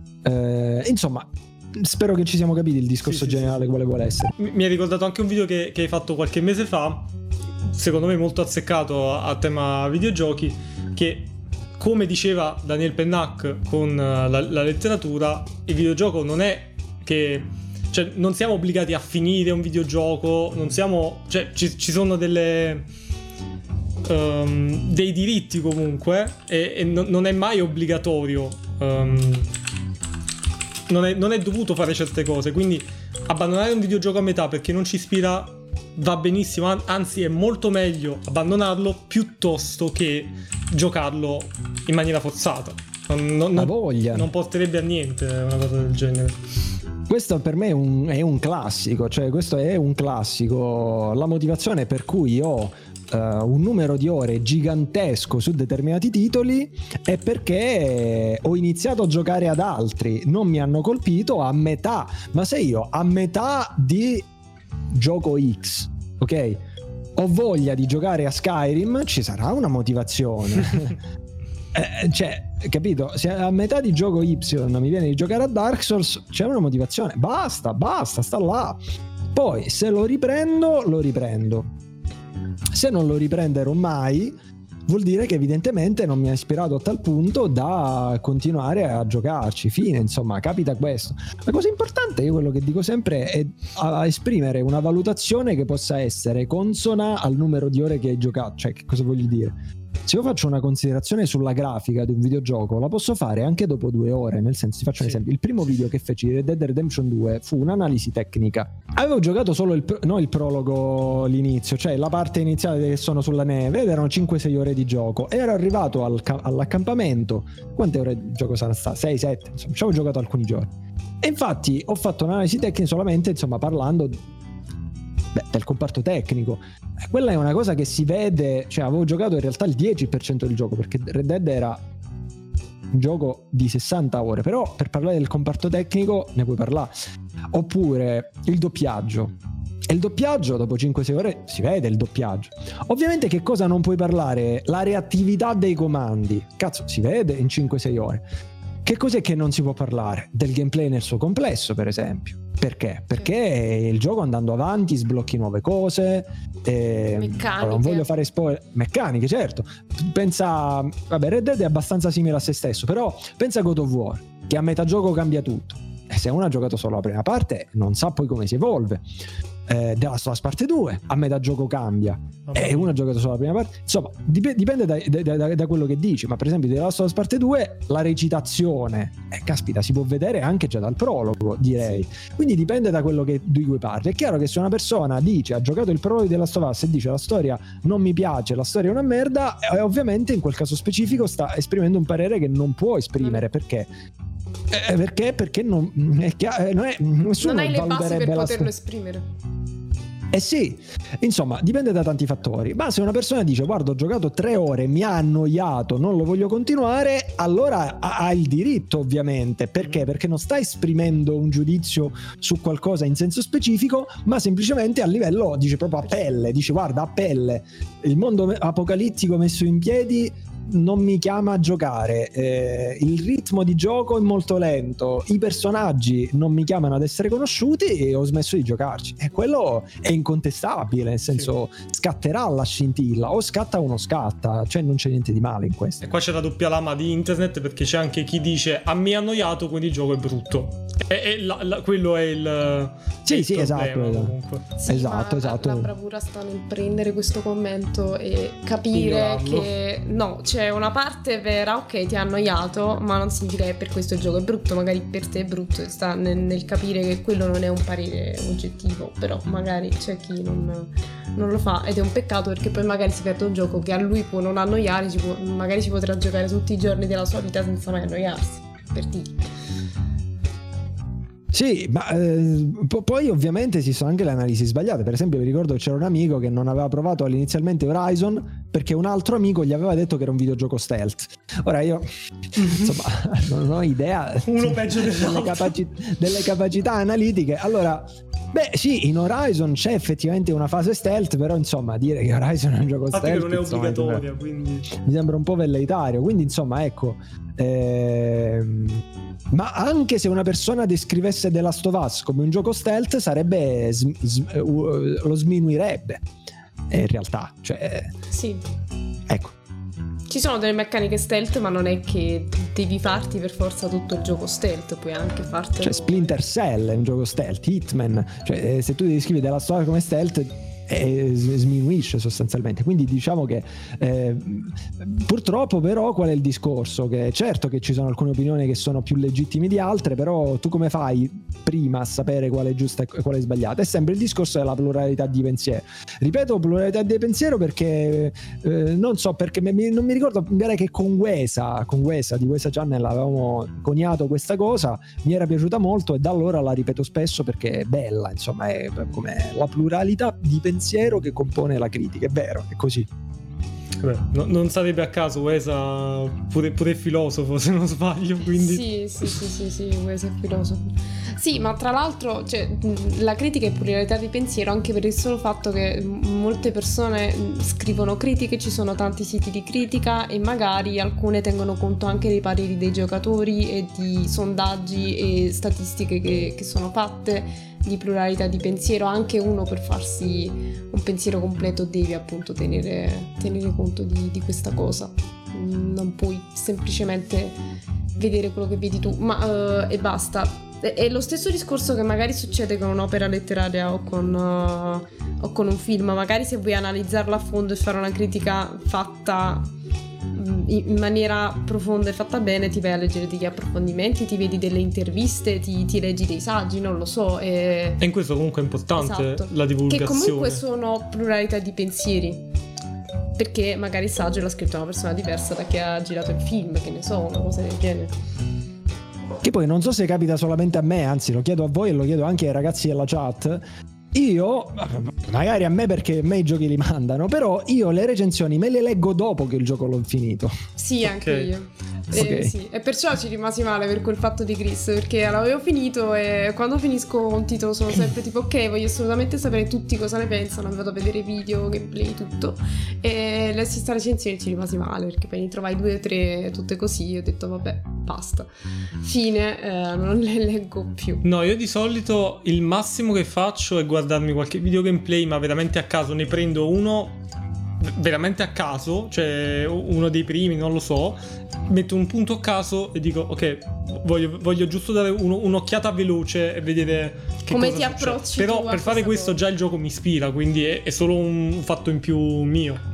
Eh, insomma, spero che ci siamo capiti il discorso sì, generale sì, quale vuole essere. Mi ha ricordato anche un video che, che hai fatto qualche mese fa, secondo me molto azzeccato a, a tema videogiochi, che come diceva Daniel Pennac con la, la letteratura, il videogioco non è che, cioè non siamo obbligati a finire un videogioco, non siamo, cioè ci, ci sono delle um, dei diritti comunque e, e non, non è mai obbligatorio, um, non è, non è dovuto fare certe cose, quindi abbandonare un videogioco a metà perché non ci ispira va benissimo, anzi è molto meglio abbandonarlo piuttosto che giocarlo in maniera forzata. Non, non, La voglia. non porterebbe a niente una cosa del genere. Questo per me è un, è un classico, cioè questo è un classico. La motivazione per cui ho uh, un numero di ore gigantesco su determinati titoli è perché ho iniziato a giocare ad altri, non mi hanno colpito a metà, ma se io a metà di gioco X, ok, ho voglia di giocare a Skyrim, ci sarà una motivazione. eh, cioè, capito? Se a metà di gioco Y mi viene di giocare a Dark Souls, c'è una motivazione. Basta, basta, sta là. Poi se lo riprendo, lo riprendo. Se non lo riprenderò mai, vuol dire che evidentemente non mi ha ispirato a tal punto da continuare a giocarci. Fine, insomma, capita questo. La cosa importante, io quello che dico sempre, è a esprimere una valutazione che possa essere consona al numero di ore che hai giocato. Cioè, che cosa voglio dire? Se io faccio una considerazione sulla grafica di un videogioco, la posso fare anche dopo due ore. Nel senso, ti faccio un sì. esempio: il primo video che feci di Red Dead Redemption due fu un'analisi tecnica. Avevo giocato solo il, no, il prologo, l'inizio, cioè la parte iniziale che sono sulla neve, ed erano cinque sei ore di gioco. Ero arrivato al, all'accampamento. Quante ore di gioco saranno state? sei sette, insomma, ci avevo giocato alcuni giorni. E infatti ho fatto un'analisi tecnica solamente, insomma, parlando beh, del comparto tecnico. Quella è una cosa che si vede, cioè avevo giocato in realtà il dieci per cento del gioco, perché Red Dead era un gioco di sessanta ore, però per parlare del comparto tecnico ne puoi parlare. Oppure il doppiaggio. E il doppiaggio dopo cinque sei ore si vede il doppiaggio. Ovviamente che cosa non puoi parlare? La reattività dei comandi. Cazzo, si vede in cinque sei ore. Che cos'è che non si può parlare? Del gameplay nel suo complesso, per esempio. Perché? Perché il gioco andando avanti sblocchi nuove cose, eh, meccaniche. Non voglio fare spoiler. Meccaniche, certo. Pensa, vabbè, Red Dead è abbastanza simile a se stesso, però pensa a God of War, che a metà gioco cambia tutto. E se uno ha giocato solo la prima parte, non sa poi come si evolve. Eh, The Last of Us parte due, a metà gioco cambia. E uno ha giocato solo la prima parte. Insomma, dip- dipende da, da, da, da quello che dici. Ma per esempio The Last of Us parte due, la recitazione, eh, caspita, si può vedere anche già dal prologo, direi. Quindi dipende da quello che, di cui parli. È chiaro che se una persona dice, ha giocato il prologo di The Last of Us e dice la storia non mi piace, la storia è una merda, eh, ovviamente in quel caso specifico sta esprimendo un parere che non può esprimere. Perché? Eh, perché? Perché non è chiaro, non è, nessuno non hai le basi per la poterlo sto- esprimere. Eh sì, insomma, dipende da tanti fattori. Ma se una persona dice guarda, ho giocato tre ore, mi ha annoiato, non lo voglio continuare, allora ha, ha il diritto, ovviamente. Perché? Perché non sta esprimendo un giudizio su qualcosa in senso specifico, ma semplicemente a livello, dice proprio a pelle, dice guarda, a pelle, il mondo apocalittico messo in piedi non mi chiama a giocare, eh, il ritmo di gioco è molto lento, i personaggi non mi chiamano ad essere conosciuti e ho smesso di giocarci. E quello è incontestabile, nel senso, sì. Scatterà la scintilla, o scatta o non scatta, cioè non c'è niente di male in questo. E qua c'è la doppia lama di internet, perché c'è anche chi dice a me è annoiato, quindi il gioco è brutto. E, e la, la, quello è il sì è il sì problema, esatto sì, esatto, esatto. La, la bravura sta nel prendere questo commento e capire Ignorarlo. Che no, c'è una parte vera, ok, ti ha annoiato, ma non significa che per questo il gioco è brutto. Magari per te è brutto, sta nel, nel capire che quello non è un parere oggettivo, però magari c'è chi non, non lo fa, ed è un peccato, perché poi magari si perde un gioco che a lui può non annoiare, ci può, magari ci potrà giocare tutti i giorni della sua vita senza mai annoiarsi, per dire. Sì, ma eh, po- poi ovviamente ci sono anche le analisi sbagliate. Per esempio, vi ricordo che c'era un amico che non aveva provato all'inizialmente Horizon perché un altro amico gli aveva detto che era un videogioco stealth. Ora io, insomma, non ho idea uno peggio delle, capaci- delle capacità analitiche. Allora, beh, sì, in Horizon c'è effettivamente una fase stealth, però insomma, dire che Horizon è un gioco Infatti stealth che non è insomma, obbligatoria, mi quindi mi sembra un po' velleitario. Quindi insomma, ecco, ehm, ma anche se una persona descrivesse The Last of Us come un gioco stealth, sarebbe sm- sm- uh, lo sminuirebbe, eh, in realtà, cioè sì, ecco, ci sono delle meccaniche stealth, ma non è che devi farti per forza tutto il gioco stealth, puoi anche fartelo. Cioè Splinter Cell è un gioco stealth, Hitman, cioè se tu descrivi The Last of Us come stealth e sminuisce sostanzialmente. Quindi diciamo che eh, purtroppo però qual è il discorso? Che certo che ci sono alcune opinioni che sono più legittime di altre, però tu come fai prima a sapere quale è giusta e quale è sbagliata? È sempre il discorso della pluralità di pensiero. Ripeto, pluralità di pensiero perché eh, non so perché mi, non mi ricordo, mi pare che con Wesa con Wesa di Wesa Channel avevamo coniato questa cosa, mi era piaciuta molto e da allora la ripeto spesso perché è bella, insomma, è come la pluralità di pensiero che compone la critica, è vero, è così. Beh, no, non sarebbe a caso, Wesa pure, pure filosofo se non sbaglio, quindi sì sì sì sì sì Wesa è filosofo. Sì, ma tra l'altro, cioè, la critica è pluralità di pensiero anche per il solo fatto che molte persone scrivono critiche, ci sono tanti siti di critica e magari alcune tengono conto anche dei pareri dei giocatori e di sondaggi e statistiche che, che sono fatte. di pluralità di pensiero. Anche uno, per farsi un pensiero completo, deve appunto tenere, tenere conto di, di questa cosa. Non puoi semplicemente vedere quello che vedi tu, ma uh, e basta. È lo stesso discorso che magari succede con un'opera letteraria o con, uh, o con un film. Magari se vuoi analizzarla a fondo e fare una critica fatta in maniera profonda e fatta bene, ti vai a leggere degli approfondimenti, ti vedi delle interviste, ti, ti leggi dei saggi, non lo so. E, e in questo comunque è importante, esatto, la divulgazione. Che comunque sono pluralità di pensieri, perché magari il saggio l'ha scritto una persona diversa da chi ha girato il film, che ne so, una cosa del genere. Che poi non so se capita solamente a me, anzi lo chiedo a voi e lo chiedo anche ai ragazzi della chat. Io, magari a me perché a me i giochi li mandano, però io le recensioni me le leggo dopo che il gioco l'ho finito. Sì, anche okay. io. Eh, okay. Sì. E perciò ci rimasi male per quel fatto di Chris, perché l'avevo finito e quando finisco un titolo sono sempre tipo ok, voglio assolutamente sapere tutti cosa ne pensano, vado a vedere video, gameplay, tutto. E le stesse recensioni ci rimasi male, perché poi ne trovai due o tre tutte così, ho detto vabbè, basta. Fine, eh, non le leggo più. No, io di solito il massimo che faccio è guardarmi qualche video gameplay, ma veramente a caso. Ne prendo uno veramente a caso, cioè uno dei primi, non lo so, metto un punto a caso e dico ok, voglio, voglio giusto dare uno, un'occhiata veloce e vedere che come cosa ti succede. approcci. Però per fare questo cosa, già il gioco mi ispira, quindi è, è solo un fatto in più mio.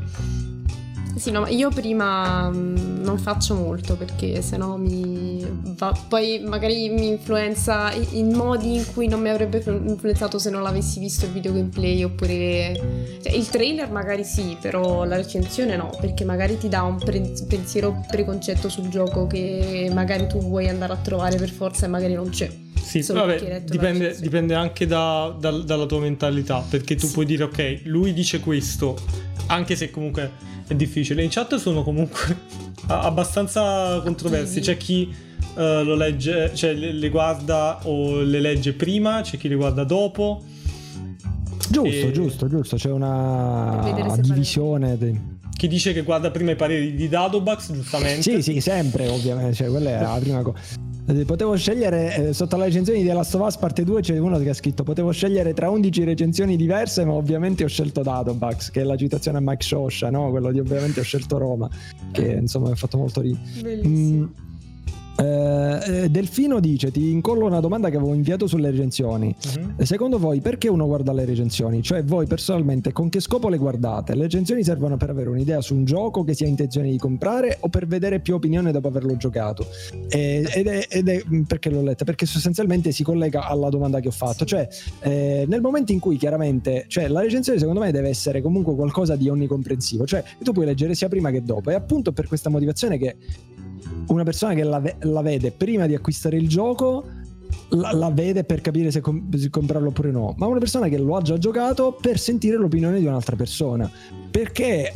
Sì, no, ma io prima mh, non faccio molto, perché sennò mi va, poi magari mi influenza in, in modi in cui non mi avrebbe influenzato se non l'avessi visto il video gameplay, oppure cioè, il trailer magari sì, però la recensione no, perché magari ti dà un pre- pensiero preconcetto sul gioco che magari tu vuoi andare a trovare per forza e magari non c'è. Sì, vabbè, dipende, dipende anche da, da, dalla tua mentalità, perché tu sì. puoi dire ok, lui dice questo, anche se comunque è difficile. In chat sono comunque abbastanza controversi. C'è chi uh, lo legge, cioè le, le guarda o le legge prima, c'è chi le guarda dopo. Giusto, e... giusto, giusto. C'è una divisione. Di... Chi dice che guarda prima i pareri di Dadobax, giustamente. Sì, sì, sempre, ovviamente. Cioè, quella è la prima cosa. Potevo scegliere, eh, sotto la recensione di The Last of Us parte due c'è uno che ha scritto potevo scegliere tra undici recensioni diverse, ma ovviamente ho scelto Dadobax, che è la citazione a Mike Scioscia, no? Quello di ovviamente ho scelto Roma, che insomma mi ha fatto molto ridere. Bellissimo. Mm. Eh, Delfino dice ti incollo una domanda che avevo inviato sulle recensioni. Uh-huh. Secondo voi perché uno guarda le recensioni? Cioè voi personalmente con che scopo le guardate? Le recensioni servono per avere un'idea su un gioco che si ha intenzione di comprare o per vedere più opinioni dopo averlo giocato? Eh, ed, è, ed è perché l'ho letta? Perché sostanzialmente si collega alla domanda che ho fatto, cioè eh, nel momento in cui chiaramente, cioè la recensione secondo me deve essere comunque qualcosa di onnicomprensivo, cioè tu puoi leggere sia prima che dopo, e appunto per questa motivazione che una persona che la, ve- la vede prima di acquistare il gioco la, la vede per capire se, com- se comprarlo oppure no, ma una persona che lo ha già giocato per sentire l'opinione di un'altra persona, perché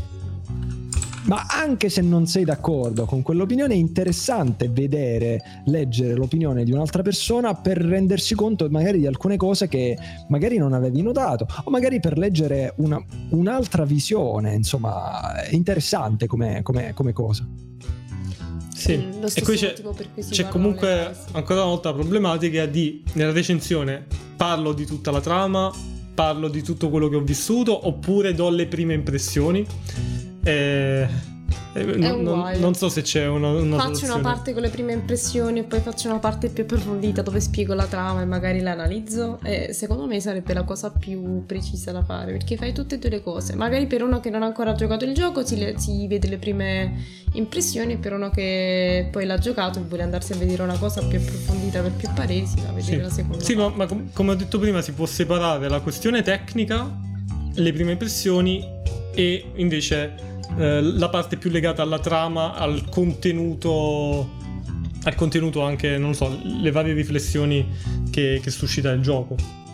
ma anche se non sei d'accordo con quell'opinione è interessante vedere, leggere l'opinione di un'altra persona per rendersi conto magari di alcune cose che magari non avevi notato, o magari per leggere una, un'altra visione. Insomma è interessante come, come, come cosa. Sì, e qui c'è, c'è comunque ancora una volta la problematica di nella recensione parlo di tutta la trama, parlo di tutto quello che ho vissuto, oppure do le prime impressioni. E... Non, non, non so se c'è una, una faccio soluzione. Una parte con le prime impressioni e poi faccio una parte più approfondita dove spiego la trama e magari la analizzo, e secondo me sarebbe la cosa più precisa da fare, perché fai tutte e due le cose. Magari per uno che non ha ancora giocato il gioco si, le, si vede le prime impressioni, e per uno che poi l'ha giocato e vuole andarsi a vedere una cosa più approfondita per più pareri si va a vedere sì. la seconda sì parte. ma, ma com- come ho detto prima si può separare la questione tecnica, le prime impressioni, e invece la parte più legata alla trama, al contenuto, al contenuto anche, non so, le varie riflessioni che, che suscita il gioco.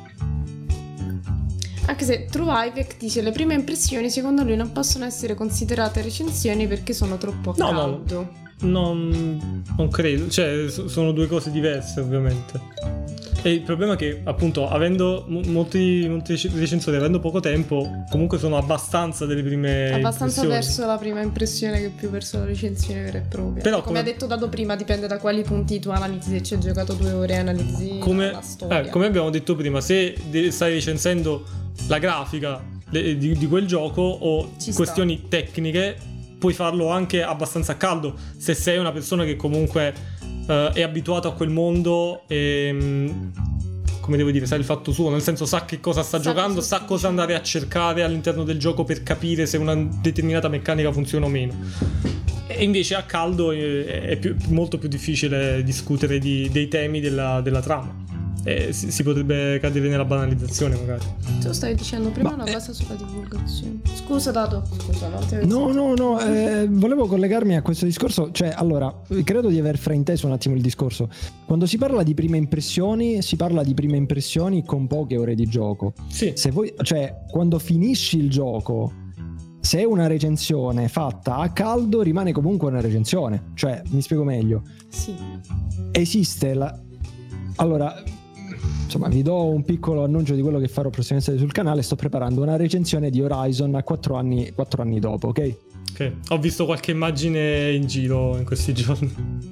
Anche se Truivec dice le prime impressioni secondo lui non possono essere considerate recensioni perché sono troppo a no, caldo. No, non, non credo, cioè sono due cose diverse ovviamente. E il problema è che, appunto, avendo m- molti, molti recensori, avendo poco tempo, comunque sono abbastanza delle prime abbastanza impressioni. verso la prima impressione che più verso la recensione vera e propria. Però come, come ha detto Dato prima, dipende da quali punti tu analizzi. Se ci hai giocato due ore, analizzi come, la storia. eh, come abbiamo detto prima, se de- stai recensendo la grafica de- di, di quel gioco o Ci questioni sta. tecniche, puoi farlo anche abbastanza a caldo. Se sei una persona che comunque uh, è abituata a quel mondo e... mh, come devo dire, sa il fatto suo, nel senso sa che cosa sta Sa giocando, cosa sa sta cosa andare a cercare all'interno del gioco per capire se una determinata meccanica funziona o meno. E invece a caldo è, è più, molto più difficile discutere di, dei temi della, della trama. E si, si potrebbe cadere nella banalizzazione magari. Tu stavi dicendo prima Ma, una eh, cosa sulla divulgazione. Scusa Dato, scusa, non ti No, no, no, eh, volevo collegarmi a questo discorso, cioè allora, credo di aver frainteso un attimo il discorso. Quando si parla di prime impressioni, si parla di prime impressioni con poche ore di gioco. Sì. Se voi, cioè, quando finisci il gioco, se è una recensione fatta a caldo, rimane comunque una recensione. Cioè, mi spiego meglio. Sì. Esiste la... Allora... Insomma, vi do un piccolo annuncio di quello che farò prossimamente sul canale. Sto preparando una recensione di Horizon a quattro anni, quattro anni dopo, ok? Ok, ho visto qualche immagine in giro in questi giorni.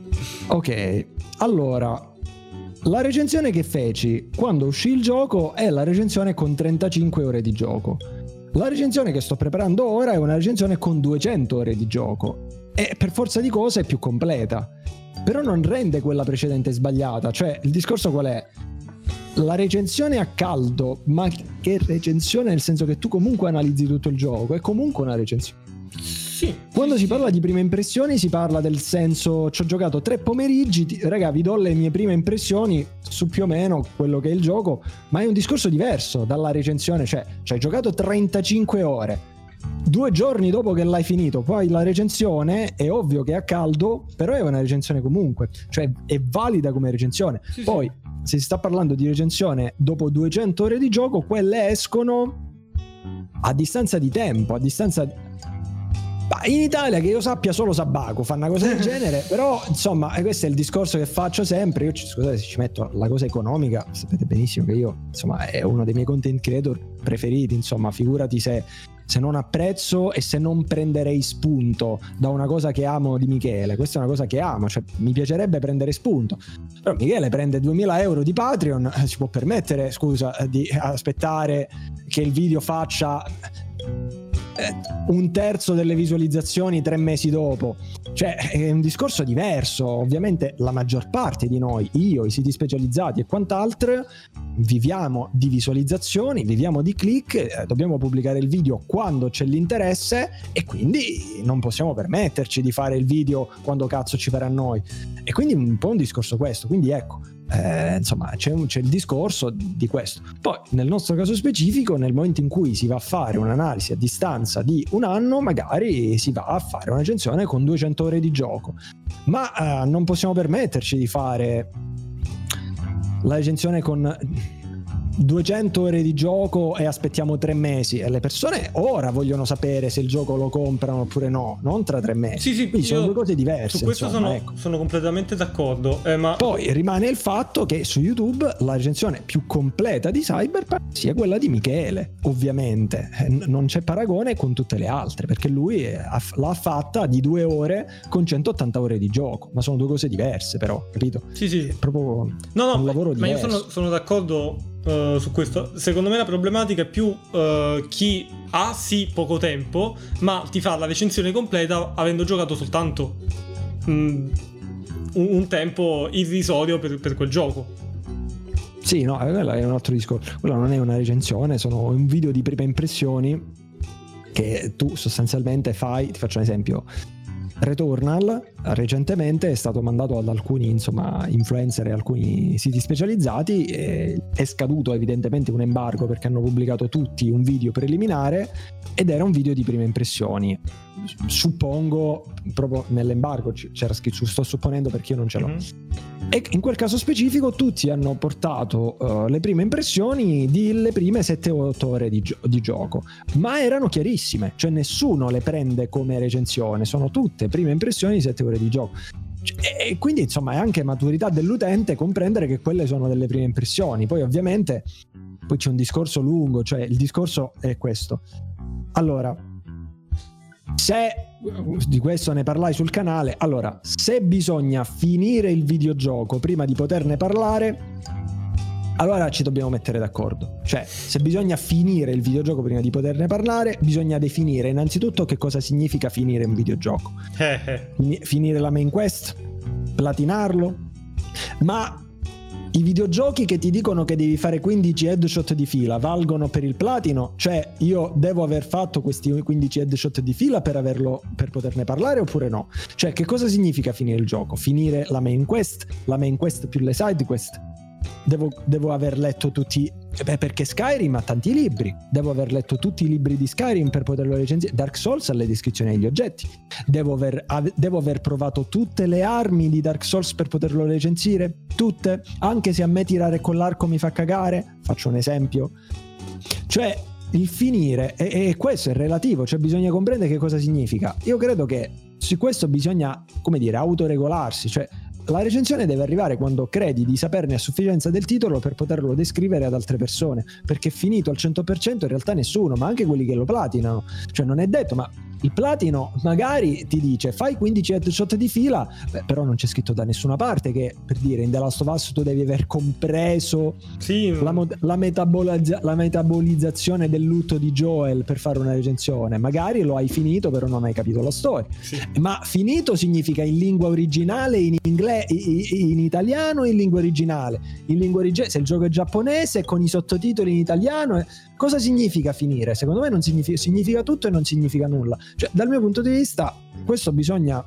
Ok, allora, la recensione che feci quando uscì il gioco è la recensione con trentacinque ore di gioco. La recensione che sto preparando ora è una recensione con duecento ore di gioco e per forza di cose è più completa, però non rende quella precedente sbagliata. Cioè, il discorso qual è? La recensione a caldo, ma che recensione nel senso che tu comunque analizzi tutto il gioco, è comunque una recensione. Sì. Quando sì, si sì. parla di prime impressioni si parla del senso, ci ho giocato tre pomeriggi, ti- raga, vi do le mie prime impressioni su più o meno quello che è il gioco, ma è un discorso diverso dalla recensione. Cioè, ci hai giocato trentacinque ore, due giorni dopo che l'hai finito, poi la recensione è ovvio che è a caldo, però è una recensione comunque, cioè è valida come recensione. Sì, Poi sì. se si sta parlando di recensione dopo duecento ore di gioco, quelle escono a distanza di tempo, a distanza di... Ma in Italia, che io sappia, solo Sabaco fa una cosa del genere, però insomma questo è il discorso che faccio sempre. Io, scusate se ci metto la cosa economica, sapete benissimo che io, insomma, è uno dei miei content creator preferiti, insomma, figurati se se non apprezzo e se non prenderei spunto da una cosa che amo di Michele. Questa è una cosa che amo, cioè mi piacerebbe prendere spunto, però Michele prende duemila euro di Patreon, eh, si può permettere, scusa, eh, di aspettare che il video faccia eh, un terzo delle visualizzazioni tre mesi dopo. Cioè è un discorso diverso. Ovviamente la maggior parte di noi, io, i siti specializzati e quant'altro, viviamo di visualizzazioni, viviamo di click, eh, dobbiamo pubblicare il video quando c'è l'interesse e quindi non possiamo permetterci di fare il video quando cazzo ci pare a noi. E quindi un po' un discorso questo. Quindi ecco, eh, insomma c'è, un, c'è il discorso di questo. Poi nel nostro caso specifico, nel momento in cui si va a fare un'analisi a distanza di un anno, magari si va a fare una recensione con duecento ore di gioco, ma eh, non possiamo permetterci di fare la recensione con duecento ore di gioco e aspettiamo tre mesi, e le persone ora vogliono sapere se il gioco lo comprano oppure no, non tra tre mesi. Sì, sì, quindi sono io due cose diverse. Su questo insomma, sono, ecco. sono completamente d'accordo. Eh, ma Poi rimane il fatto che su YouTube la recensione più completa di Cyberpunk sia quella di Michele, ovviamente. Eh, n- non c'è paragone con tutte le altre, perché lui è- ha- l'ha fatta di due ore con centottanta ore di gioco, ma sono due cose diverse, però, capito? sì, sì. È proprio No, no, un lavoro ma io diverso. sono, sono d'accordo uh, su questo. Secondo me la problematica è più uh, chi ha sì poco tempo, ma ti fa la recensione completa avendo giocato soltanto mm, un, un tempo irrisorio per, per quel gioco. Sì, no, quello è un altro discorso. Quello non è una recensione, sono un video di prime impressioni che tu sostanzialmente fai. Ti faccio un esempio. Returnal recentemente è stato mandato ad alcuni, insomma, influencer e alcuni siti specializzati, e è scaduto evidentemente un embargo perché hanno pubblicato tutti un video preliminare ed era un video di prime impressioni. Suppongo proprio nell'embargo c'era scritto, sto supponendo perché io non ce l'ho. Mm-hmm. E in quel caso specifico tutti hanno portato uh, le prime impressioni delle prime sette otto ore di, gio- di gioco, ma erano chiarissime, cioè nessuno le prende come recensione, sono tutte prime impressioni di sette ore di gioco. E quindi insomma è anche maturità dell'utente comprendere che quelle sono delle prime impressioni. Poi ovviamente poi c'è un discorso lungo, cioè il discorso è questo. Allora, se di questo ne parlai sul canale, allora se bisogna finire il videogioco prima di poterne parlare, allora ci dobbiamo mettere d'accordo. Cioè, se bisogna finire il videogioco prima di poterne parlare, bisogna definire innanzitutto che cosa significa finire un videogioco. Finire la main quest, platinarlo. Ma i videogiochi che ti dicono che devi fare quindici headshot di fila valgono per il platino? Cioè, io devo aver fatto questi quindici headshot di fila per averlo, per poterne parlare oppure no? Cioè, che cosa significa finire il gioco? Finire la main quest, la main quest più le side quest? Devo, devo aver letto tutti, beh, perché Skyrim ha tanti libri, devo aver letto tutti i libri di Skyrim per poterlo recensire. Dark Souls ha le descrizioni degli oggetti, devo aver, ave, devo aver provato tutte le armi di Dark Souls per poterlo recensire, tutte, anche se a me tirare con l'arco mi fa cagare, faccio un esempio. Cioè il finire, e, e questo è relativo, cioè bisogna comprendere che cosa significa. Io credo che su questo bisogna, come dire, autoregolarsi, cioè la recensione deve arrivare quando credi di saperne a sufficienza del titolo per poterlo descrivere ad altre persone, perché finito al cento per cento in realtà nessuno, ma anche quelli che lo platinano, cioè non è detto, ma il platino magari ti dice fai quindici headshot di fila, beh, però non c'è scritto da nessuna parte che, per dire, in The Last of Us tu devi aver compreso sì. la, mod- la, metabolizza- la metabolizzazione del lutto di Joel per fare una recensione. Magari lo hai finito però non hai capito la storia, sì. Ma finito significa in lingua originale, in inglese, in italiano, in lingua originale, in lingua originale, se il gioco è giapponese con i sottotitoli in italiano. Cosa significa finire? Secondo me non significa, significa tutto e non significa nulla. Cioè, dal mio punto di vista, questo bisogna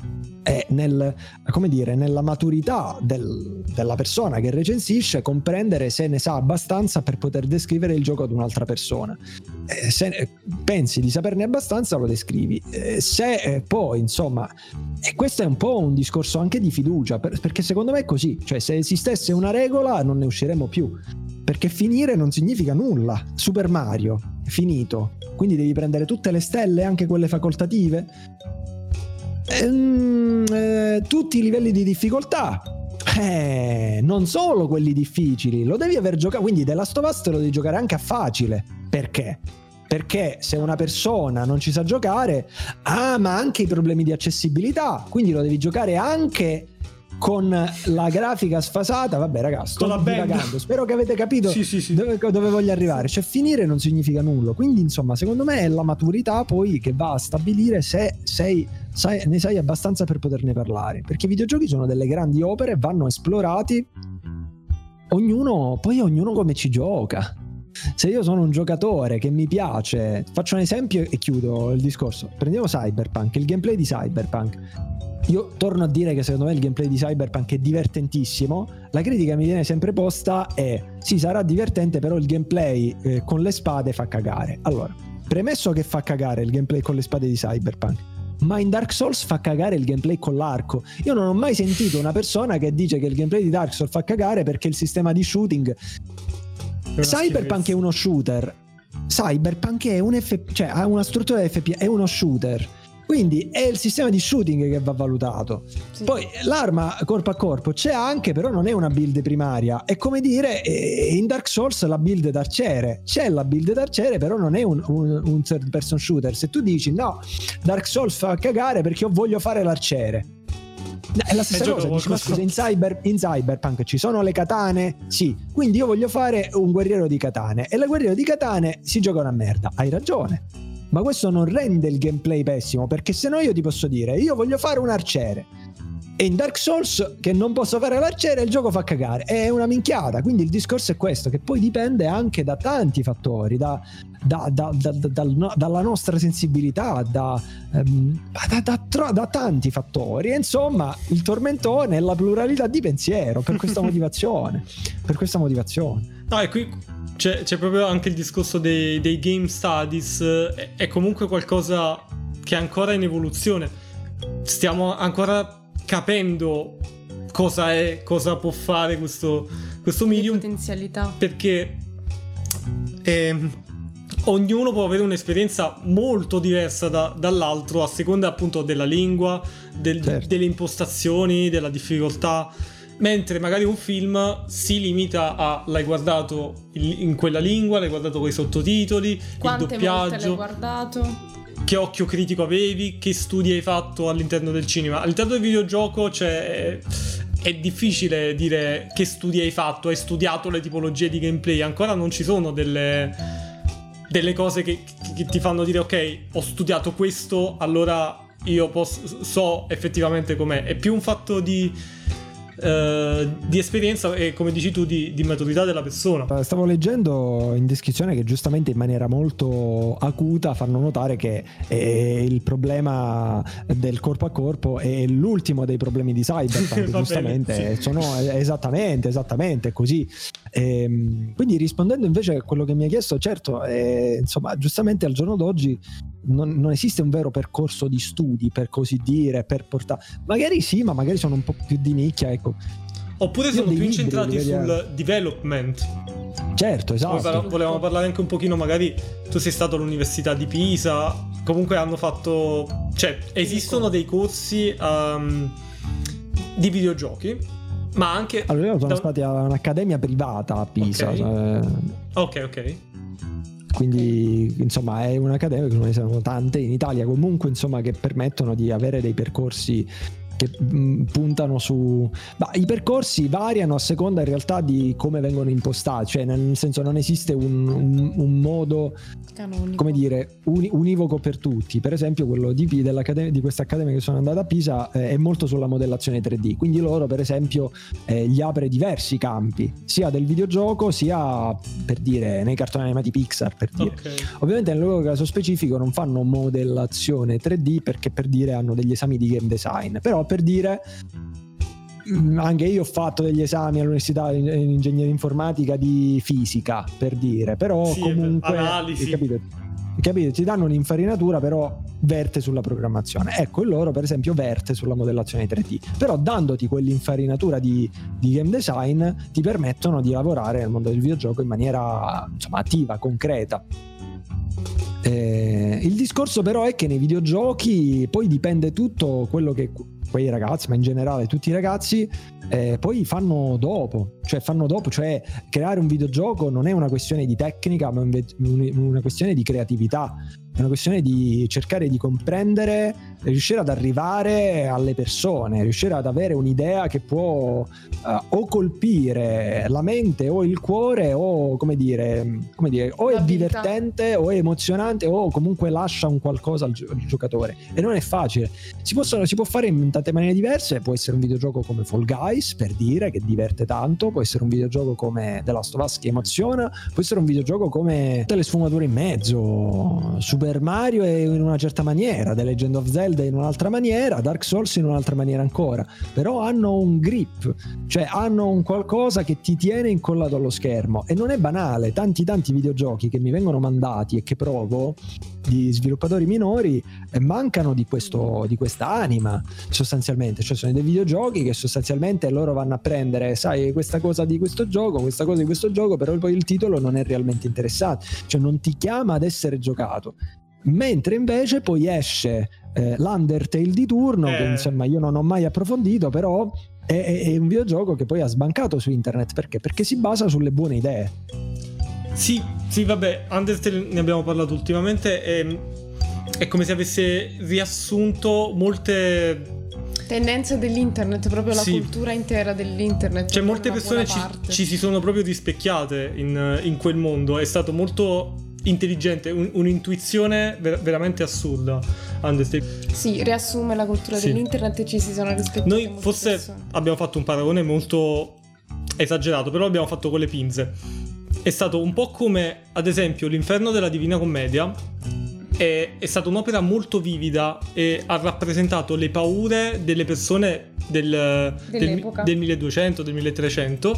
è nel, come dire, nella maturità del, della persona che recensisce, comprendere se ne sa abbastanza per poter descrivere il gioco ad un'altra persona. Eh, se pensi di saperne abbastanza, lo descrivi. Eh, se eh, poi, insomma, e questo è un po' un discorso anche di fiducia, per, perché secondo me è così. Cioè, se esistesse una regola, non ne usciremo più. Perché finire non significa nulla. Super Mario è finito, quindi devi prendere tutte le stelle, anche quelle facoltative. Ehm, eh, tutti i livelli di difficoltà, eh, non solo quelli difficili, lo devi aver giocato. Quindi The Last of Us te lo devi giocare anche a facile. Perché? Perché se una persona non ci sa giocare, ah, ma anche i problemi di accessibilità, quindi lo devi giocare anche con la grafica sfasata. Vabbè ragazzi, sto divagando, spero che avete capito sì, sì, sì. Dove, dove voglio arrivare. Cioè finire non significa nulla, quindi insomma secondo me è la maturità poi che va a stabilire se sei, sai, ne sai abbastanza per poterne parlare, perché i videogiochi sono delle grandi opere, vanno esplorati, ognuno poi ognuno come ci gioca. Se io sono un giocatore che mi piace, faccio un esempio e chiudo il discorso, prendiamo Cyberpunk, il gameplay di Cyberpunk. Io torno a dire che secondo me il gameplay di Cyberpunk è divertentissimo. La critica che mi viene sempre posta è sì, sarà divertente, però il gameplay eh, con le spade fa cagare. Allora, premesso che fa cagare il gameplay con le spade di Cyberpunk, ma in Dark Souls fa cagare il gameplay con l'arco. Io non ho mai sentito una persona che dice che il gameplay di Dark Souls fa cagare perché il sistema di shooting... Cyberpunk è uno shooter. Cyberpunk è un F... cioè ha una struttura F P S, è uno shooter. Quindi è il sistema di shooting che va valutato. Sì. Poi l'arma corpo a corpo c'è anche, però non è una build primaria. È come dire, in Dark Souls la build d'arciere. C'è la build d'arciere, però non è un, un, un third person shooter. Se tu dici no, Dark Souls fa cagare perché io voglio fare l'arciere, è la stessa cosa. Dici, ma scusa, in, cyber, in Cyberpunk ci sono le katane? Sì. Quindi io voglio fare un guerriero di katane, e la guerriero di katane si gioca una merda. Hai ragione, ma questo non rende il gameplay pessimo, perché se no io ti posso dire io voglio fare un arciere e in Dark Souls che non posso fare l'arciere, il gioco fa cagare, è una minchiata. Quindi il discorso è questo, che poi dipende anche da tanti fattori, da, da, da, da, da, dal, dalla nostra sensibilità, da, um, da, da, da, da tanti fattori. E insomma il tormentone è la pluralità di pensiero, per questa motivazione per questa motivazione no, e qui c'è, c'è proprio anche il discorso dei, dei game studies. È, è comunque qualcosa che è ancora in evoluzione, stiamo ancora capendo cosa è, cosa può fare questo, questo medium, potenzialità, perché eh, ognuno può avere un'esperienza molto diversa da, dall'altro a seconda appunto della lingua, del, certo. delle impostazioni, della difficoltà, mentre magari un film si limita a l'hai guardato in quella lingua, l'hai guardato con i sottotitoli, quante il doppiaggio, volte l'hai guardato, che occhio critico avevi, che studi hai fatto all'interno del cinema. All'interno del videogioco c'è... è difficile dire che studi hai fatto, hai studiato le tipologie di gameplay, ancora non ci sono delle... delle cose che, che ti fanno dire ok, ho studiato questo, allora io posso, so effettivamente com'è. È più un fatto di Uh, di esperienza e, come dici tu, di, di maturità della persona. Stavo leggendo in descrizione che giustamente in maniera molto acuta fanno notare che eh, il problema del corpo a corpo è l'ultimo dei problemi di Cyberpunk. Giustamente bene, sì. sono esattamente esattamente così. E, quindi rispondendo invece a quello che mi hai chiesto, certo, eh, insomma, giustamente al giorno d'oggi non, non esiste un vero percorso di studi, per così dire, per portare, magari sì, ma magari sono un po' più di nicchia, ecco. Oppure sono più incentrati sul development. Certo, esatto. Volevamo parlare anche un pochino, magari tu sei stato all'università di Pisa, comunque hanno fatto, cioè esistono dei corsi um, di videogiochi, ma anche allora sono da... stati a un'accademia privata a Pisa. Ok, cioè... ok, ok. Quindi insomma è un'accademia, che non ne sono tante in Italia comunque, insomma, che permettono di avere dei percorsi che mh, puntano su... Ma i percorsi variano a seconda in realtà di come vengono impostati, cioè nel senso non esiste un, un, un modo canonico, come dire, uni, univoco per tutti. Per esempio quello di, dell'accademia, di questa accademia che sono andata a Pisa eh, è molto sulla modellazione tre D, quindi loro per esempio eh, gli apre diversi campi, sia del videogioco sia, per dire, nei cartoni animati Pixar, per dire. Okay. Ovviamente nel loro caso specifico non fanno modellazione tre D perché, per dire, hanno degli esami di game design, però per dire, anche io ho fatto degli esami all'università in ingegneria informatica di fisica, per dire, però sì, comunque analisi, capite, capite, ti danno un'infarinatura, però verte sulla programmazione. Ecco, il loro per esempio verte sulla modellazione tre D, però dandoti quell'infarinatura di, di game design ti permettono di lavorare nel mondo del videogioco in maniera, insomma, attiva, concreta. Eh, il discorso però è che nei videogiochi poi dipende tutto quello che quei ragazzi, ma in generale tutti i ragazzi eh, poi fanno dopo, cioè fanno dopo, cioè creare un videogioco non è una questione di tecnica, ma una questione di creatività, è una questione di cercare di comprendere, riuscire ad arrivare alle persone, riuscire ad avere un'idea che può uh, o colpire la mente o il cuore, o come dire, come dire o è divertente o è emozionante o comunque lascia un qualcosa al, gi- al giocatore, e non è facile. Si possono, si può fare in tante maniere diverse. Può essere un videogioco come Fall Guys, per dire, che diverte tanto, può essere un videogioco come The Last of Us che emoziona, può essere un videogioco come tutte le sfumature in mezzo, Super Mario in una certa maniera, The Legend of Zelda in un'altra maniera, Dark Souls in un'altra maniera ancora, però hanno un grip, cioè hanno un qualcosa che ti tiene incollato allo schermo, e non è banale. Tanti tanti videogiochi che mi vengono mandati e che provo di sviluppatori minori eh, mancano di questo, di questa anima sostanzialmente, cioè sono dei videogiochi che sostanzialmente loro vanno a prendere, sai, questa cosa di questo gioco, questa cosa di questo gioco, però poi il titolo non è realmente interessante, cioè non ti chiama ad essere giocato. Mentre invece poi esce eh, l'Undertale di turno, eh. che insomma io non ho mai approfondito, però è, è, è un videogioco che poi ha sbancato su internet. Perché? Perché si basa sulle buone idee. Sì, sì, vabbè, Undertale ne abbiamo parlato ultimamente, è, è come se avesse riassunto molte tendenze dell'internet, proprio la sì. cultura intera dell'internet. Cioè molte persone ci, ci si sono proprio rispecchiate in, in quel mondo. È stato molto intelligente, un, un'intuizione ver- veramente assurda. Undertale. Sì, riassume la cultura sì. dell'internet e ci si sono rispecchiati. Noi forse persone. abbiamo fatto un paragone molto esagerato, però l'abbiamo fatto con le pinze. È stato un po' come, ad esempio, l'Inferno della Divina Commedia. È, è stata un'opera molto vivida e ha rappresentato le paure delle persone del, del, del milleduecento, del milletrecento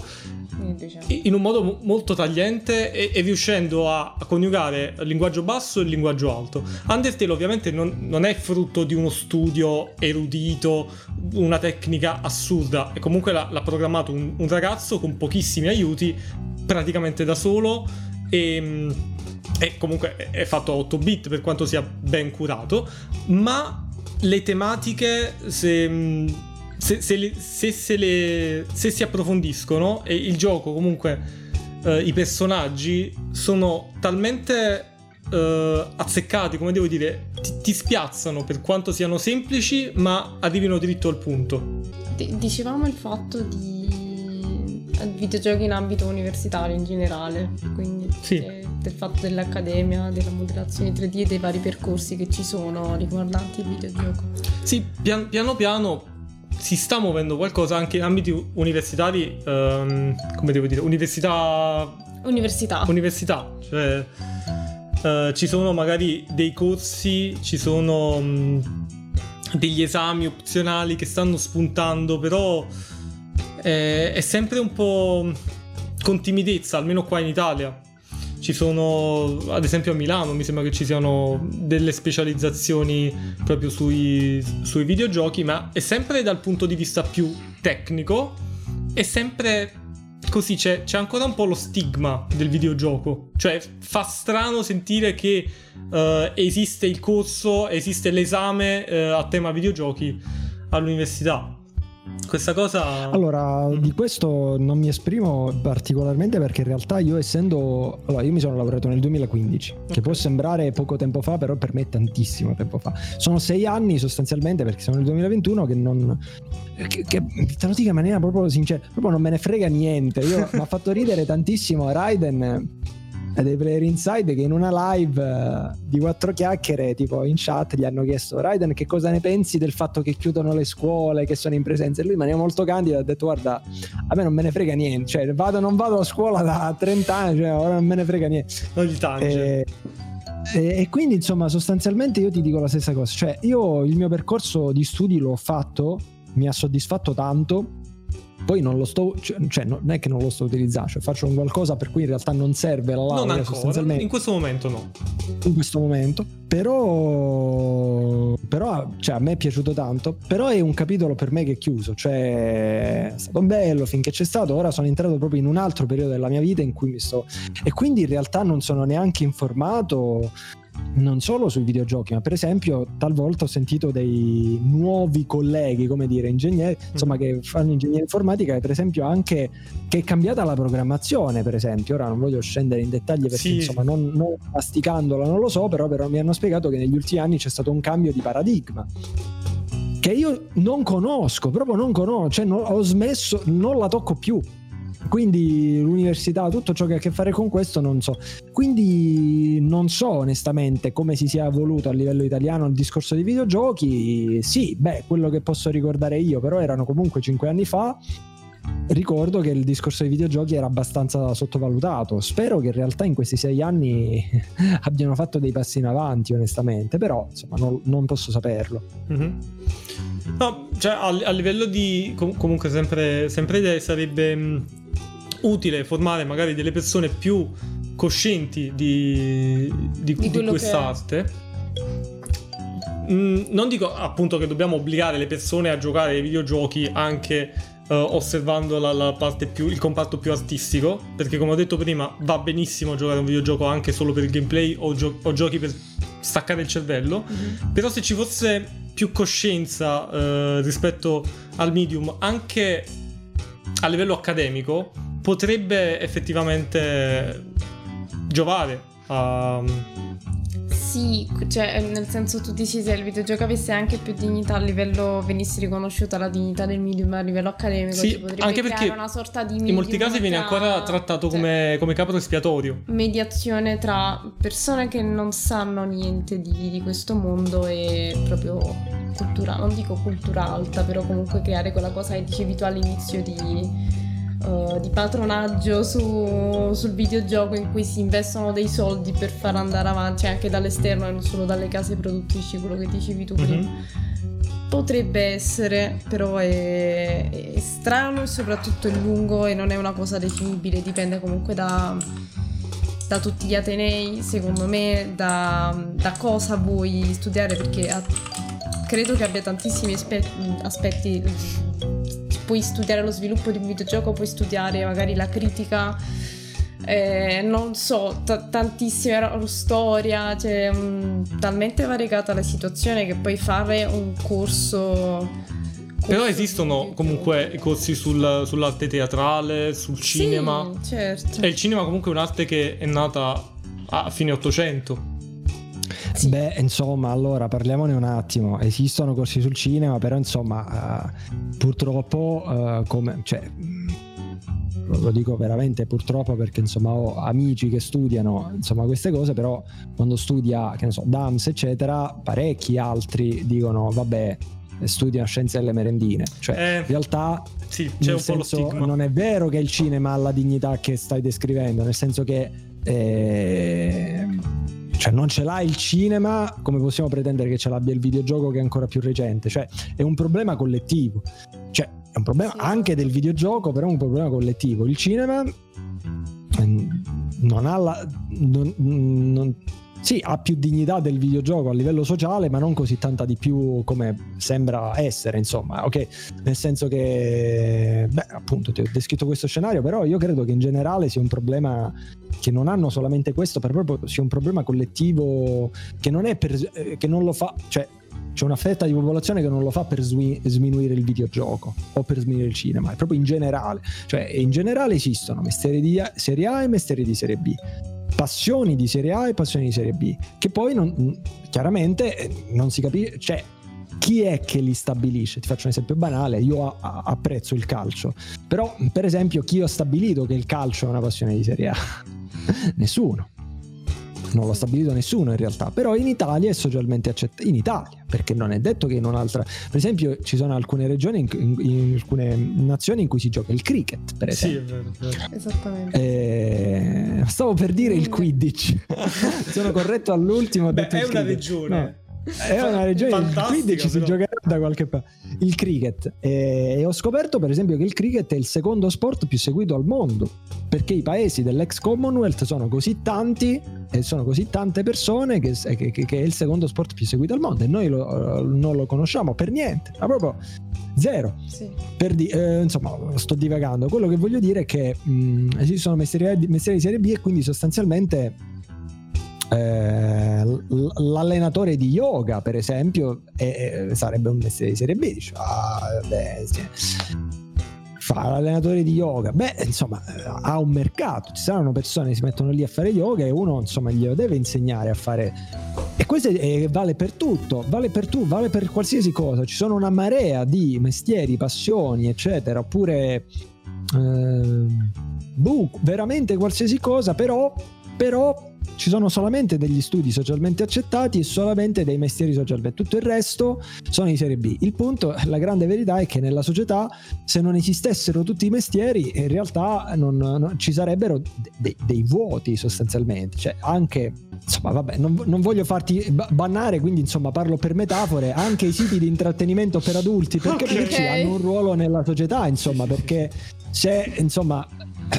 in un modo molto tagliente e, e riuscendo a, a coniugare il linguaggio basso e il linguaggio alto. Undertale ovviamente non, non è frutto di uno studio erudito, una tecnica assurda, e comunque l'ha, l'ha programmato un, un ragazzo con pochissimi aiuti, praticamente da solo, e e comunque è fatto a otto bit per quanto sia ben curato, ma le tematiche se, se, se, le, se, se, le, se si approfondiscono, e il gioco comunque eh, i personaggi sono talmente Uh, azzeccati, come devo dire, ti, ti spiazzano per quanto siano semplici, ma arrivino dritto al punto. D- dicevamo il fatto di videogiochi in ambito universitario in generale, quindi sì. eh, del fatto dell'accademia, della modellazione tre D e dei vari percorsi che ci sono riguardanti il videogioco. Sì, pian, piano piano si sta muovendo qualcosa anche in ambiti universitari, um, come devo dire, università università università cioè Uh, ci sono magari dei corsi, ci sono um, degli esami opzionali che stanno spuntando, però è, è sempre un po' con timidezza, almeno qua in Italia. Ci sono, ad esempio a Milano, mi sembra che ci siano delle specializzazioni proprio sui, sui videogiochi, ma è sempre dal punto di vista più tecnico, è sempre... Così c'è, c'è ancora un po' lo stigma del videogioco, cioè fa strano sentire che uh, esiste il corso, esiste l'esame uh, a tema videogiochi all'università. Questa cosa... Allora, di questo non mi esprimo particolarmente, perché in realtà io essendo... Allora, io mi sono laureato nel duemilaquindici, okay, che può sembrare poco tempo fa, però per me è tantissimo tempo fa. Sono sei anni sostanzialmente, perché siamo nel duemilaventuno, che non... Che, che te lo dico in maniera proprio sincera, proprio non me ne frega niente. Io mi ha fatto ridere tantissimo Raiden e dei Player Inside, che in una live uh, di quattro chiacchiere, tipo in chat, gli hanno chiesto: Raiden, che cosa ne pensi del fatto che chiudono le scuole, che sono in presenza? E lui in maniera molto candida ha detto: guarda, a me non me ne frega niente, cioè vado, non vado a scuola da trenta anni, cioè ora non me ne frega niente. Non gli tange. E, e, e quindi insomma sostanzialmente io ti dico la stessa cosa, cioè io il mio percorso di studi l'ho fatto, mi ha soddisfatto tanto. Poi non lo sto, cioè non è che non lo sto utilizzando, cioè faccio un qualcosa per cui in realtà non serve la laurea, non ancora, sostanzialmente. In questo momento no. In questo momento, però, però cioè, a me è piaciuto tanto, però è un capitolo per me che è chiuso, cioè è stato bello finché c'è stato, ora sono entrato proprio in un altro periodo della mia vita in cui mi sto, e quindi in realtà non sono neanche informato non solo sui videogiochi, ma per esempio talvolta ho sentito dei nuovi colleghi, come dire, ingegneri, insomma, mm. che fanno ingegneria informatica, e per esempio anche che è cambiata la programmazione, per esempio. Ora non voglio scendere in dettagli perché sì, insomma non, non masticandola non lo so, però, però mi hanno spiegato che negli ultimi anni c'è stato un cambio di paradigma che io non conosco, proprio non conosco, cioè non, ho smesso, non la tocco più. Quindi l'università, tutto ciò che ha a che fare con questo non so, quindi non so onestamente come si sia evoluto a livello italiano il discorso dei videogiochi. Sì, beh, quello che posso ricordare io, però erano comunque cinque anni fa, ricordo che il discorso dei videogiochi era abbastanza sottovalutato. Spero che in realtà in questi sei anni abbiano fatto dei passi in avanti onestamente, però insomma non, non posso saperlo. Mm-hmm. No, cioè a, a livello di com- comunque sempre, sempre sarebbe mh, utile formare magari delle persone più coscienti di, di, di, di quest'arte. Mm, non dico appunto che dobbiamo obbligare le persone a giocare ai videogiochi anche uh, osservando la, la parte più, il comparto più artistico, perché come ho detto prima va benissimo giocare a un videogioco anche solo per il gameplay o, gio- o giochi per staccare il cervello. Mm-hmm. Però se ci fosse più coscienza uh, rispetto al medium anche a livello accademico, potrebbe effettivamente giovare a... Sì, cioè nel senso, tu dici, se il videogioco avesse anche più dignità a livello, venisse riconosciuta la dignità del medium a livello accademico, sì, si potrebbe anche perché una sorta di medium, in molti casi viene ancora trattato cioè, come, come capro espiatorio, mediazione tra persone che non sanno niente di, di questo mondo e proprio cultura, non dico cultura alta, però comunque creare quella cosa che dicevi tu all'inizio di Uh, di patronaggio su, sul videogioco, in cui si investono dei soldi per far andare avanti, cioè anche dall'esterno e non solo dalle case produttrici, quello che dicevi tu prima. Mm-hmm. Potrebbe essere, però è, è strano e soprattutto è lungo e non è una cosa definibile, dipende comunque da, da tutti gli atenei, secondo me, da, da cosa vuoi studiare, perché ha, credo che abbia tantissimi aspe- aspetti. Puoi studiare lo sviluppo di un videogioco, puoi studiare magari la critica eh, non so, t- tantissime ro- storia, cioè um, talmente variegata la situazione che poi fare un corso... Però esistono comunque corsi sul, sull'arte teatrale, sul cinema. Sì, certo. E il cinema comunque è un'arte che è nata a fine Ottocento. Sì. Beh, insomma, allora parliamone un attimo. Esistono corsi sul cinema, però insomma, uh, purtroppo, uh, come, cioè, lo dico veramente purtroppo perché insomma ho amici che studiano insomma queste cose, però quando studia, che ne so, D A M S eccetera, parecchi altri dicono vabbè, studiano scienze delle merendine, cioè eh, in realtà sì, c'è un po' lo senso, stigma. non è vero che il cinema ha la dignità che stai descrivendo, nel senso che eh, cioè non ce l'ha il cinema, come possiamo pretendere che ce l'abbia il videogioco che è ancora più recente? Cioè è un problema collettivo, cioè è un problema sì, anche del videogioco, però è un problema collettivo. Il cinema non ha la non, non, sì, ha più dignità del videogioco a livello sociale, ma non così tanta di più come sembra essere, insomma, ok? Nel senso che, beh, appunto, ti ho descritto questo scenario, però io credo che in generale sia un problema che non hanno solamente questo, per proprio sia un problema collettivo che non è per, che non lo fa, cioè c'è una fetta di popolazione che non lo fa per smi- sminuire il videogioco o per sminuire il cinema, è proprio in generale, cioè in generale esistono mestieri di A- serie A e mestieri di serie B, passioni di serie A e passioni di serie B, che poi non, chiaramente non si capisce, cioè chi è che li stabilisce? Ti faccio un esempio banale, io a- a- apprezzo il calcio, però per esempio chi ha stabilito che il calcio è una passione di serie A? Nessuno. Non l'ha stabilito nessuno in realtà, però in Italia è socialmente accettato, in Italia, perché non è detto che in un'altra, per esempio ci sono alcune regioni, in, in, in alcune nazioni in cui si gioca il cricket, per esempio. Sì, è vero, è vero. Esattamente. Eh, stavo per dire il Quidditch. Sono corretto all'ultimo. Ho Beh, detto è il una cricket. regione. No. È una regione, il Quidditch si giocherà da qualche parte. Il cricket, e, e ho scoperto per esempio che il cricket è il secondo sport più seguito al mondo, perché i paesi dell'ex Commonwealth sono così tanti e sono così tante persone che, che, che è il secondo sport più seguito al mondo, e noi lo, non lo conosciamo per niente, ma proprio zero. Sì. Per di, eh, insomma, sto divagando. Quello che voglio dire è che mh, esistono mestieri, mestieri di serie B, e quindi sostanzialmente Eh, l'allenatore di yoga per esempio è, sarebbe un mestiere di serie B. Dice, ah, beh, sì. Fa l'allenatore di yoga, beh insomma ha un mercato, ci saranno persone che si mettono lì a fare yoga e uno insomma glielo deve insegnare a fare, e questo è, vale per tutto, vale per tu, vale per qualsiasi cosa. Ci sono una marea di mestieri, passioni eccetera, oppure eh, buh, veramente qualsiasi cosa, però però ci sono solamente degli studi socialmente accettati e solamente dei mestieri socialmente, tutto il resto sono di serie B. Il punto, la grande verità è che nella società, se non esistessero tutti i mestieri, in realtà non, non ci sarebbero de- dei vuoti sostanzialmente, cioè anche, insomma vabbè, non, non voglio farti bannare, quindi insomma parlo per metafore, anche i siti di intrattenimento per adulti, per Okay. capirci, hanno un ruolo nella società, insomma, perché se insomma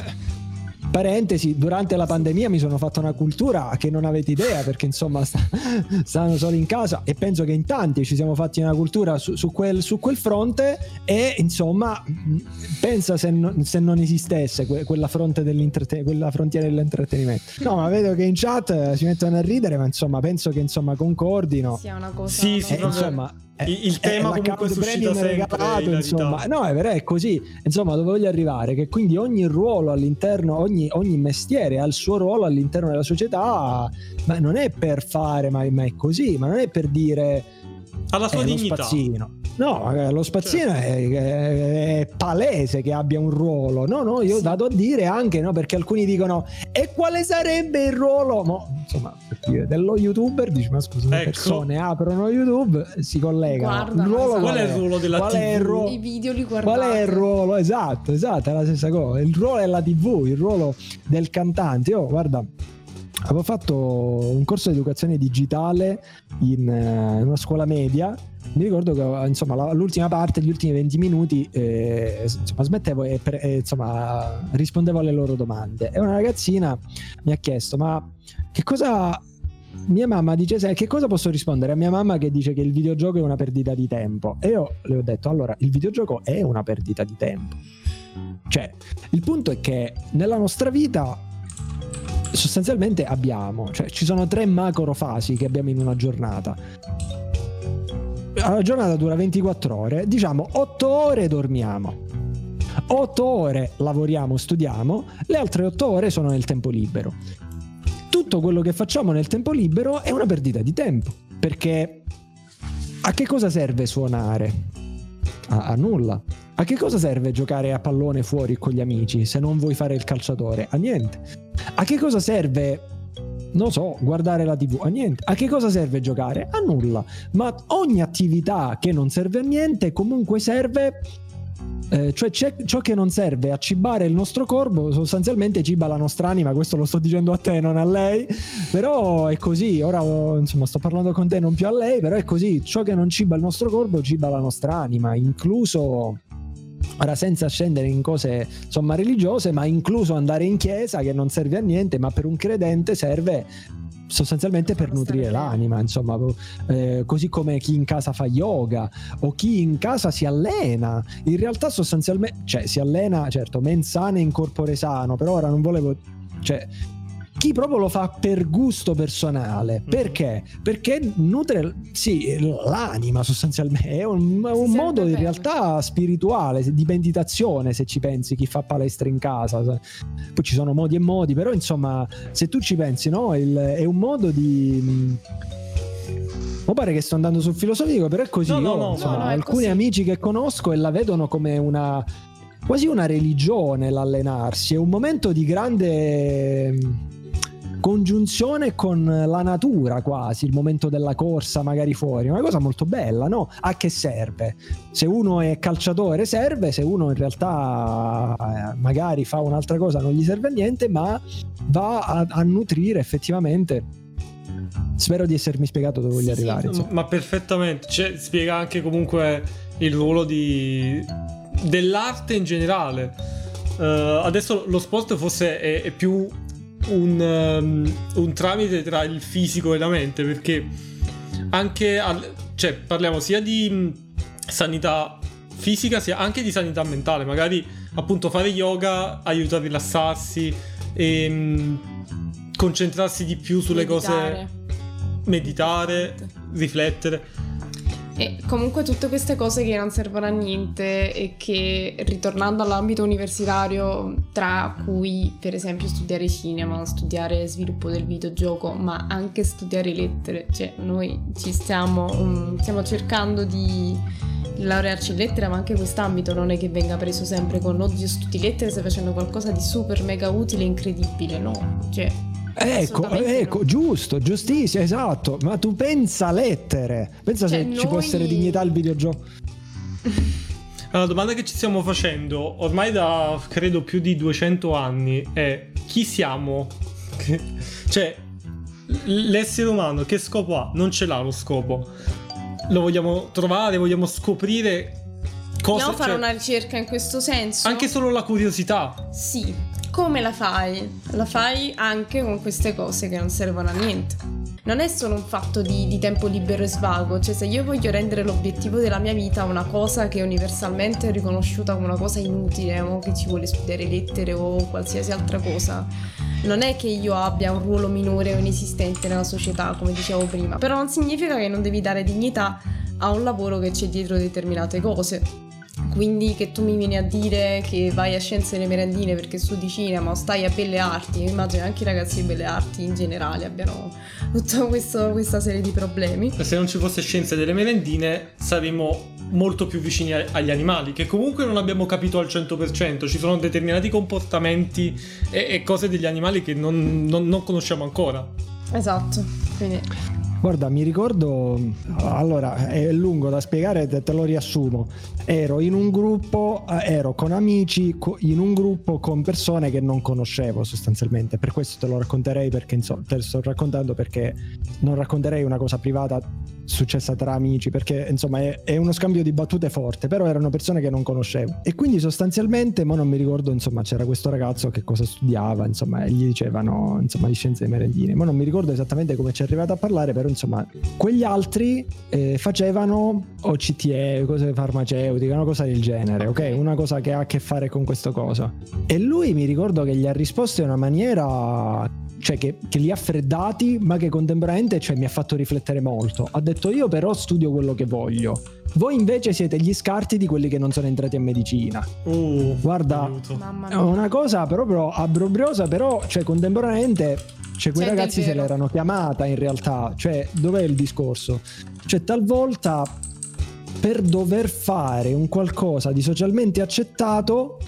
parentesi, durante la pandemia mi sono fatto una cultura che non avete idea, perché insomma sta, stanno solo in casa, e penso che in tanti ci siamo fatti una cultura su, su, quel, su quel fronte, e insomma pensa se, no, se non esistesse que, quella, fronte quella frontiera dell'intrattenimento. No, ma vedo che in chat si mettono a ridere, ma insomma penso che insomma concordino. Sia una cosa Sì, sì, Eh, insomma il, il tema comunque suscita sempre regalato, insomma. No, è vero, è così. Insomma, dove voglio arrivare? Che quindi ogni ruolo all'interno, ogni, ogni mestiere ha il suo ruolo all'interno della società, ma non è per fare, ma, ma è così, ma non è per dire alla sua eh, dignità. Lo spazzino. No, lo spazzino certo. è, è, è palese che abbia un ruolo. No, no, io sì. vado a dire anche, no, perché alcuni dicono e quale sarebbe il ruolo? Mo, insomma, per dire, dello youtuber, dici ma scusa, le ecco. persone aprono YouTube, si collegano. Guarda, il ruolo, esatto. qual è il ruolo della qual tivù? È il ruolo? I video li guardate. Qual è il ruolo? Esatto, esatto, è la stessa cosa. Il ruolo è la tivù, il ruolo del cantante. Io, guarda, avevo fatto un corso di educazione digitale in, in una scuola media. Mi ricordo che insomma la, l'ultima parte, gli ultimi venti minuti eh, insomma smettevo e, pre, e insomma rispondevo alle loro domande, e una ragazzina mi ha chiesto ma che cosa, mia mamma dice sai, che cosa posso rispondere a mia mamma che dice che il videogioco è una perdita di tempo, e io le ho detto allora il videogioco è una perdita di tempo, cioè il punto è che nella nostra vita sostanzialmente abbiamo, cioè ci sono tre macrofasi che abbiamo in una giornata. La giornata dura ventiquattro ore, diciamo otto ore dormiamo, otto ore lavoriamo, studiamo, le altre otto ore sono nel tempo libero. Tutto quello che facciamo nel tempo libero è una perdita di tempo, perché a che cosa serve suonare? A, a nulla. A che cosa serve giocare a pallone fuori con gli amici se non vuoi fare il calciatore? A niente. A che cosa serve, non so, guardare la tivù? A niente. A che cosa serve giocare? A nulla. Ma ogni attività che non serve a niente comunque serve, eh, cioè c'è, ciò che non serve a cibare il nostro corpo sostanzialmente ciba la nostra anima. Questo lo sto dicendo a te, non a lei, però è così. Ora insomma sto parlando con te, non più a lei, però è così. Ciò che non ciba il nostro corpo ciba la nostra anima, incluso, ora senza scendere in cose insomma religiose, ma incluso andare in chiesa, che non serve a niente, ma per un credente serve sostanzialmente per nutrire l'anima, insomma, eh, così come chi in casa fa yoga o chi in casa si allena. In realtà sostanzialmente, cioè si allena, certo, mens sana in corpore sano, però ora non volevo, cioè chi proprio lo fa per gusto personale. Perché? Perché nutre, sì, l'anima sostanzialmente, è un, è un modo in realtà spirituale, di meditazione, se ci pensi, chi fa palestra in casa. Poi ci sono modi e modi, però insomma, se tu ci pensi, no, il, è un modo di... Mi pare che sto andando sul filosofico, però è così. No, no, Io, no, insomma, no, no, alcuni così. amici che conosco e la vedono come una... quasi una religione l'allenarsi, è un momento di grande congiunzione con la natura, quasi il momento della corsa magari fuori, una cosa molto bella, no? A che serve? Se uno è calciatore serve, se uno in realtà eh, magari fa un'altra cosa non gli serve a niente, ma va a, a nutrire effettivamente. Spero di essermi spiegato dove voglio Sì, arrivare. sì. Ma perfettamente, cioè, spiega anche comunque il ruolo di dell'arte in generale. Uh, adesso lo sport forse è, è più un, um, un tramite tra il fisico e la mente, perché anche al, cioè parliamo sia di sanità fisica sia anche di sanità mentale. Magari appunto fare yoga aiuta a rilassarsi e um, concentrarsi di più sulle Meditare. cose, meditare, riflettere. E comunque tutte queste cose che non servono a niente e che, ritornando all'ambito universitario, tra cui per esempio studiare cinema, studiare sviluppo del videogioco, ma anche studiare lettere, cioè noi ci stiamo, um, stiamo cercando di laurearci in lettere, ma anche quest'ambito non è che venga preso sempre con oddio studi lettere, stai facendo qualcosa di super mega utile e incredibile, no? Cioè Ecco, ecco, no. giusto, giustissimo, esatto. Ma tu pensa lettere, pensa cioè, se noi... ci può essere dignità al videogioco. La domanda che ci stiamo facendo ormai da credo più di duecento anni è: chi siamo? Cioè, l'essere umano che scopo ha? Non ce l'ha lo scopo. Lo vogliamo trovare, vogliamo scoprire cosa. Vogliamo fare cioè, una ricerca in questo senso? Anche solo la curiosità. Sì. Come la fai? La fai anche con queste cose che non servono a niente. Non è solo un fatto di, di tempo libero e svago, cioè se io voglio rendere l'obiettivo della mia vita una cosa che è universalmente riconosciuta come una cosa inutile, o che ci vuole studiare lettere o qualsiasi altra cosa, non è che io abbia un ruolo minore o inesistente nella società, come dicevo prima, però non significa che non devi dare dignità a un lavoro che c'è dietro determinate cose. Quindi che tu mi vieni a dire che vai a Scienze delle Merendine perché studi cinema o stai a Belle Arti, immagino anche i ragazzi di Belle Arti in generale abbiano tutta questo, questa serie di problemi. Se non ci fosse Scienze delle Merendine saremmo molto più vicini agli animali, che comunque non abbiamo capito al cento per cento. Ci sono determinati comportamenti e, e cose degli animali che non, non, non conosciamo ancora. Esatto, quindi... Guarda, mi ricordo, allora è lungo da spiegare, te, te lo riassumo. Ero in un gruppo, ero con amici in un gruppo con persone che non conoscevo sostanzialmente, per questo te lo racconterei, perché insomma te lo sto raccontando perché non racconterei una cosa privata successa tra amici, perché insomma è, è uno scambio di battute forte, però erano persone che non conoscevo e quindi sostanzialmente, ma non mi ricordo, insomma c'era questo ragazzo che cosa studiava, insomma e gli dicevano insomma di Scienze delle Merendine, ma non mi ricordo esattamente come ci è arrivato a parlare, però insomma quegli altri eh, facevano O C T E, cose farmaceutiche, una cosa del genere, ok? Una cosa che ha a che fare con questa cosa, e lui mi ricordo che gli ha risposto in una maniera cioè che, che li ha freddati, ma che contemporaneamente, cioè, mi ha fatto riflettere molto. Ha detto: io però studio quello che voglio, voi invece siete gli scarti di quelli che non sono entrati a medicina. Uh, guarda, è una cosa proprio abbrobriosa, però, cioè, contemporaneamente, cioè, quei C'è ragazzi se l'erano chiamata in realtà. Cioè, dov'è il discorso? Cioè, talvolta per dover fare un qualcosa di socialmente accettato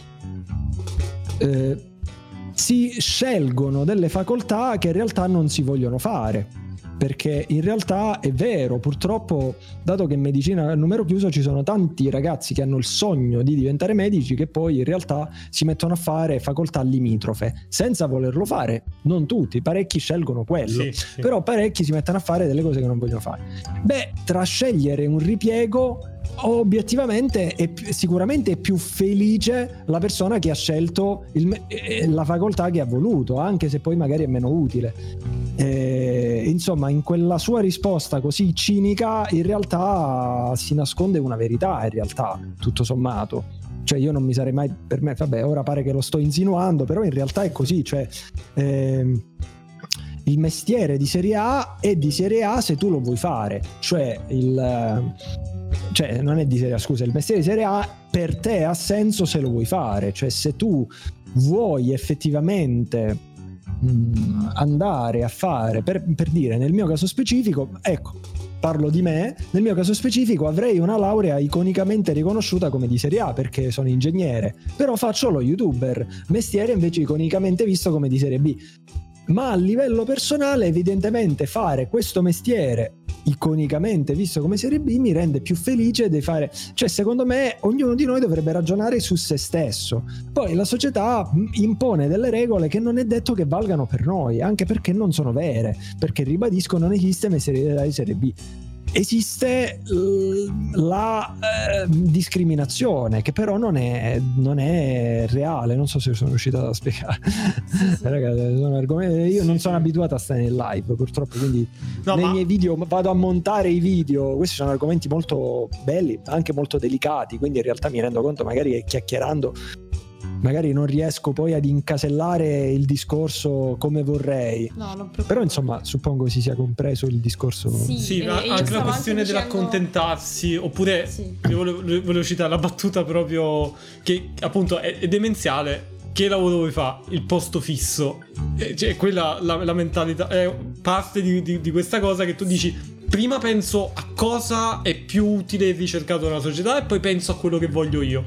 eh, si scelgono delle facoltà che in realtà non si vogliono fare, perché in realtà è vero, purtroppo, dato che in medicina a numero chiuso ci sono tanti ragazzi che hanno il sogno di diventare medici che poi in realtà si mettono a fare facoltà limitrofe senza volerlo fare. Non tutti, parecchi scelgono quello, sì, sì. Però parecchi si mettono a fare delle cose che non vogliono fare. Beh, tra scegliere un ripiego, obiettivamente è più, sicuramente è più felice la persona che ha scelto il, eh, la facoltà che ha voluto, anche se poi magari è meno utile. Eh, insomma, in quella sua risposta così cinica in realtà si nasconde una verità, in realtà, tutto sommato. Cioè, io non mi sarei mai, per me, vabbè, ora pare che lo sto insinuando, però in realtà è così, cioè eh, il mestiere di serie A è di serie A se tu lo vuoi fare, cioè il cioè non è di serie A, scusa, il mestiere di serie A per te ha senso se lo vuoi fare, cioè se tu vuoi effettivamente mh, andare a fare, per, per dire, nel mio caso specifico, ecco, parlo di me, nel mio caso specifico avrei una laurea iconicamente riconosciuta come di serie A perché sono ingegnere, però faccio lo youtuber, mestiere invece iconicamente visto come di serie B. Ma a livello personale, evidentemente, fare questo mestiere iconicamente visto come serie B mi rende più felice di fare, cioè secondo me ognuno di noi dovrebbe ragionare su se stesso. Poi la società impone delle regole che non è detto che valgano per noi, anche perché non sono vere, perché ribadisco, non esiste mestiere di serie B. Esiste la eh, discriminazione, che però non è, non è reale. Non so se sono riuscito a spiegare. Ragazzi, sono argomenti, io non sono abituato a stare nel live purtroppo, quindi no, nei ma... miei video vado a montare i video. Questi sono argomenti molto belli, anche molto delicati, quindi in realtà mi rendo conto magari che chiacchierando magari non riesco poi ad incasellare il discorso come vorrei. No, non però insomma suppongo si sia compreso il discorso. Sì, sì, ma anche la questione dicendo... dell'accontentarsi, oppure sì. io volevo, volevo citare la battuta proprio che appunto è, è demenziale. Che lavoro vuoi fare? Il posto fisso, eh, cioè quella la, la mentalità è parte di, di, di questa cosa che tu dici: prima penso a cosa è più utile e ricercato nella società e poi penso a quello che voglio io.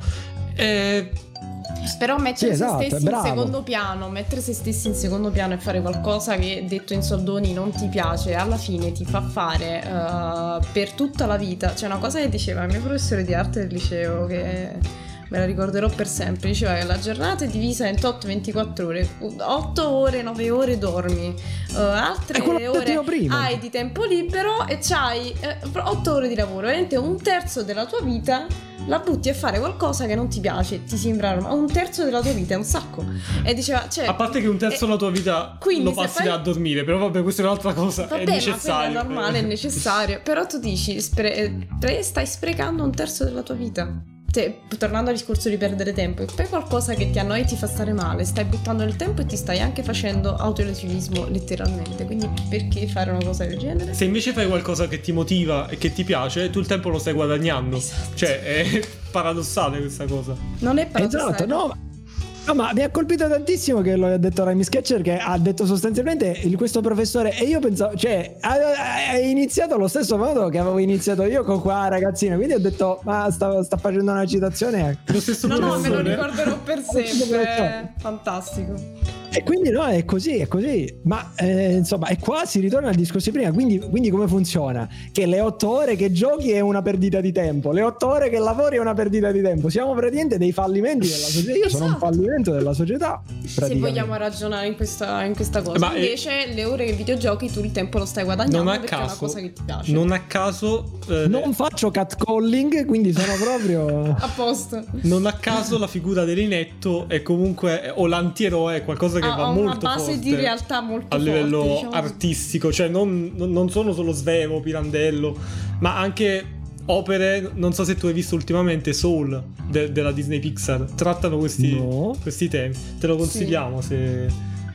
eh, Però mettere sì, esatto, se stessi bravo. in secondo piano, mettere se stessi in secondo piano e fare qualcosa che, detto in soldoni, non ti piace, alla fine ti fa fare uh, per tutta la vita. C'è una cosa che diceva il mio professore di arte del liceo, che me la ricorderò per sempre, diceva che la giornata è divisa in tot ventiquattro ore, otto ore, nove ore dormi, uh, altre ore hai di tempo libero e c'hai eh, otto ore di lavoro, veramente un terzo della tua vita la butti a fare qualcosa che non ti piace, ti sembra, ma un terzo della tua vita è un sacco. E diceva, cioè, a parte che un terzo della tua vita lo passi fai... a dormire, però vabbè, questa è un'altra cosa. Vabbè, è necessario, ma è normale, è necessario. Però tu dici, spre... stai sprecando un terzo della tua vita. Cioè, tornando al discorso di perdere tempo, fai qualcosa che ti annoia e ti fa stare male, stai buttando il tempo e ti stai anche facendo autolesionismo letteralmente, quindi perché fare una cosa del genere? Se invece fai qualcosa che ti motiva e che ti piace, tu il tempo lo stai guadagnando. Esatto. Cioè è paradossale questa cosa. Non è paradossale. Esatto, no. No, ma mi ha colpito tantissimo che lo ha detto Remy Sketcher, che ha detto sostanzialmente questo professore, e io pensavo, cioè ha iniziato allo stesso modo che avevo iniziato io con qua ragazzino, quindi ho detto ma sta, sta facendo una citazione lo stesso no professore. no me lo ricorderò per sempre. Fantastico. E quindi no, è così, è così. Ma eh, insomma, e qua si ritorna al discorso di prima. Quindi, quindi come funziona? Che le otto ore che giochi è una perdita di tempo, le otto ore che lavori è una perdita di tempo. Siamo praticamente dei fallimenti della società. Io esatto. sono un fallimento della società. Se vogliamo ragionare in questa, in questa cosa. Ma invece è... le ore che videogiochi tu il tempo lo stai guadagnando non a perché caso, è una cosa che ti piace. Non a caso eh, non faccio catcalling, quindi sono proprio a posto. Non a caso la figura dell'inetto è comunque, o l'antieroe, è qualcosa che ha va una molto base forte di realtà molto a livello forte, diciamo. artistico, cioè non, non sono solo Svevo, Pirandello, ma anche opere, non so se tu hai visto ultimamente Soul de- della Disney Pixar, trattano questi, no. questi temi, te lo consigliamo sì. se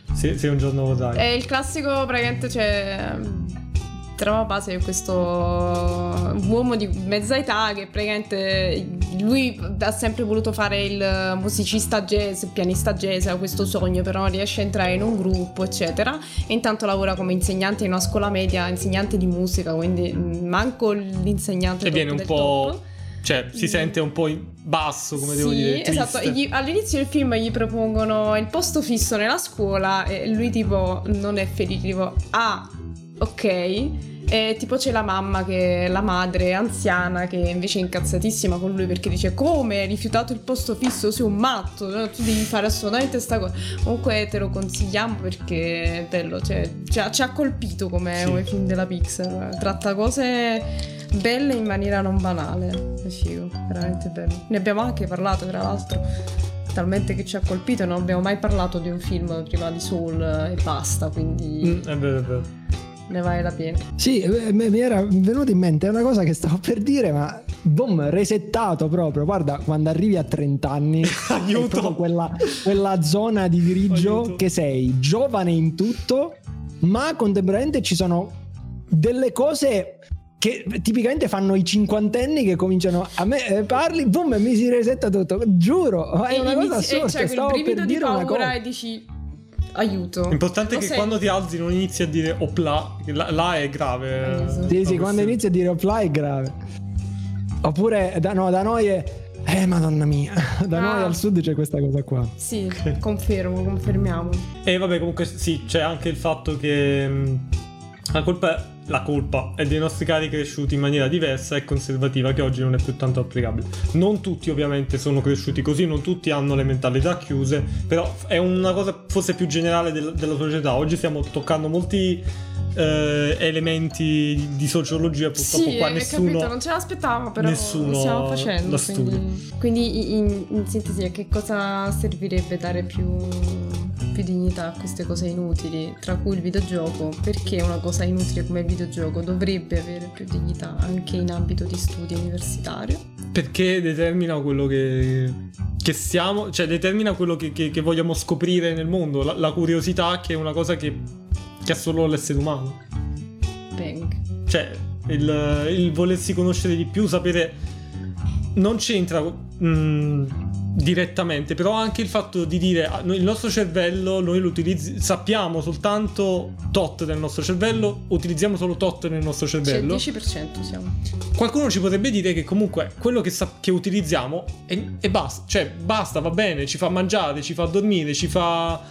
se, se un giorno vorrai. È il classico, praticamente, cioè, trova base di questo uomo di mezza età che praticamente lui ha sempre voluto fare il musicista jazz, pianista jazz, ha questo sogno, però non riesce a entrare in un gruppo, eccetera, e intanto lavora come insegnante in una scuola media, insegnante di musica, quindi manco l'insegnante e viene un po' top. Cioè si sente un po' in basso, come sì, devo dire, esatto. Gli, all'inizio del film gli propongono il posto fisso nella scuola e lui tipo non è felice, tipo ah ok. E tipo c'è la mamma, che la madre anziana, che invece è incazzatissima con lui perché dice: come hai rifiutato il posto fisso, sei un matto, no? Tu devi fare assolutamente sta cosa. Comunque te lo consigliamo perché è bello, cioè ci ha, ci ha colpito come, sì. come film della Pixar, tratta cose belle in maniera non banale, è figo, veramente bello. Ne abbiamo anche parlato tra l'altro, talmente che ci ha colpito, non abbiamo mai parlato di un film prima di Soul e basta, quindi mm, è vero, è vero. Ne vale la pena. Sì, mi era venuto in mente una cosa che stavo per dire, ma boom, resettato proprio. Guarda, quando arrivi a trenta anni Aiuto. È proprio quella, quella zona di grigio. Aiuto. Che sei giovane in tutto, ma contemporaneamente ci sono delle cose che tipicamente fanno i cinquantenni che cominciano a me eh, parli, boom, e mi si resetta tutto. Giuro, è e una cosa assurda. Cioè, stavo quel brivido per di dire una paura cosa. E dici aiuto. L'importante è che sei... quando ti alzi non inizi a dire opla, che là, là è grave. Esatto. Sì, sì, quando inizi a dire opla è grave. Oppure da, no, da noi è eh madonna mia, da ah. noi al sud c'è questa cosa qua. Sì, confermo, confermiamo. E vabbè, comunque sì, c'è anche il fatto che mh, la colpa è La colpa è dei nostri cari cresciuti in maniera diversa e conservativa, che oggi non è più tanto applicabile. Non tutti ovviamente sono cresciuti così, non tutti hanno le mentalità chiuse, però è una cosa forse più generale del, della società. Oggi stiamo toccando molti eh, elementi di sociologia, purtroppo sì, qua hai nessuno capito, non ce l'aspettavamo, però nessuno lo stiamo facendo, la quindi, quindi in, in sintesi a che cosa servirebbe dare più più dignità a queste cose inutili, tra cui il videogioco? Perché una cosa inutile come il videogioco dovrebbe avere più dignità anche in ambito di studio universitario? Perché determina quello che, che siamo, cioè determina quello che, che, che vogliamo scoprire nel mondo, la, la curiosità, che è una cosa che, che ha solo l'essere umano. Bang. Cioè il, il volersi conoscere di più, sapere, non c'entra mh, direttamente, però anche il fatto di dire noi, il nostro cervello noi lo utilizziamo, sappiamo soltanto tot del nostro cervello, utilizziamo solo tot nel nostro cervello, cioè dieci per cento siamo. Qualcuno ci potrebbe dire che comunque quello che, sa- che utilizziamo è, è basta, cioè basta, va bene, ci fa mangiare, ci fa dormire, ci fa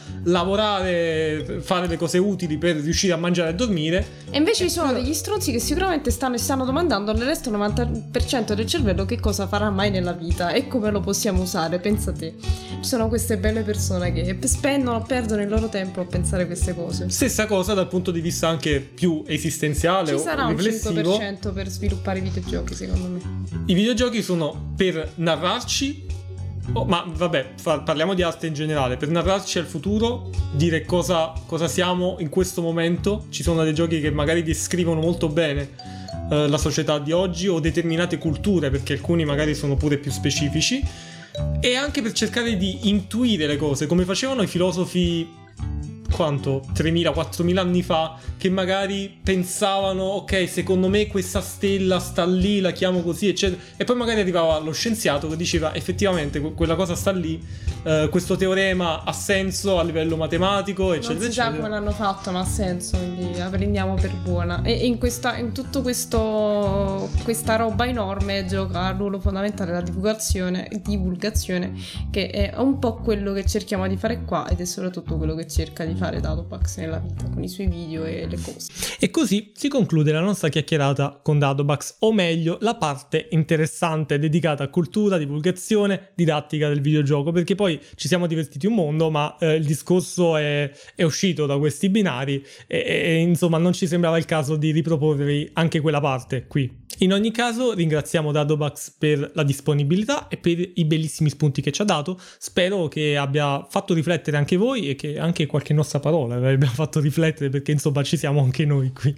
lavorare, fare le cose utili per riuscire a mangiare e dormire. E invece ci sono degli stronzi che sicuramente stanno e stanno domandando al resto novanta per cento del cervello che cosa farà mai nella vita e come lo possiamo usare. Pensa te, ci sono queste belle persone che spendono, perdono il loro tempo a pensare queste cose. Stessa cosa dal punto di vista anche più esistenziale o ci sarà riflessivo. Un cinque per cento per sviluppare i videogiochi, secondo me. I videogiochi sono per narrarci, oh, ma vabbè, fa, parliamo di arte in generale, per narrarci al futuro, dire cosa, cosa siamo in questo momento. Ci sono dei giochi che magari descrivono molto bene eh, la società di oggi o determinate culture, perché alcuni magari sono pure più specifici, e anche per cercare di intuire le cose, come facevano i filosofi quanto? tremila quattromila anni fa, che magari pensavano ok, secondo me questa stella sta lì, la chiamo così, eccetera, e poi magari arrivava lo scienziato che diceva effettivamente quella cosa sta lì, eh, questo teorema ha senso a livello matematico, eccetera, non si eccetera. sa come l'hanno fatto, ma ha senso, quindi la prendiamo per buona. E in questa, in tutto questo questa roba enorme gioca il ruolo fondamentale la divulgazione divulgazione che è un po' quello che cerchiamo di fare qua, ed è soprattutto quello che cerca di fare Dadobax nella vita con i suoi video e le cose. E così si conclude la nostra chiacchierata con Dadobax, o meglio la parte interessante dedicata a cultura, divulgazione, didattica del videogioco, perché poi ci siamo divertiti un mondo, ma eh, il discorso è, è uscito da questi binari e, e insomma non ci sembrava il caso di riproporvi anche quella parte qui. In ogni caso ringraziamo Dadobax per la disponibilità e per i bellissimi spunti che ci ha dato. Spero che abbia fatto riflettere anche voi e che anche qualche nostra parola vi abbia fatto riflettere, perché insomma ci siamo anche noi qui.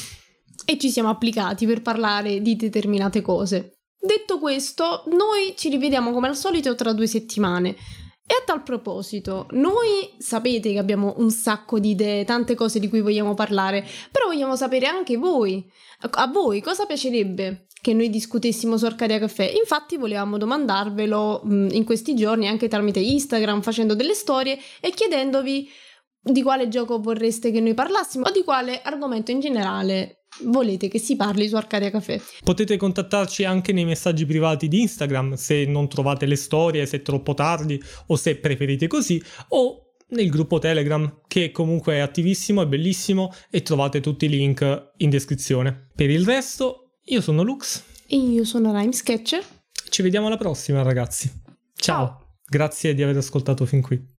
E ci siamo applicati per parlare di determinate cose. Detto questo, noi ci rivediamo come al solito tra due settimane. E a tal proposito, noi sapete che abbiamo un sacco di idee, tante cose di cui vogliamo parlare, però vogliamo sapere anche voi. A voi cosa piacerebbe che noi discutessimo su Arcadia Caffè? Infatti volevamo domandarvelo mh, in questi giorni anche tramite Instagram, facendo delle storie e chiedendovi di quale gioco vorreste che noi parlassimo o di quale argomento in generale volete che si parli su Arcadia Caffè. Potete contattarci anche nei messaggi privati di Instagram se non trovate le storie, se è troppo tardi o se preferite così, o nel gruppo Telegram, che comunque è attivissimo, è bellissimo e trovate tutti i link in descrizione. Per il resto, io sono Lux e io sono Rhyme Sketcher. Ci vediamo alla prossima, ragazzi. Ciao. Ciao. Grazie di aver ascoltato fin qui.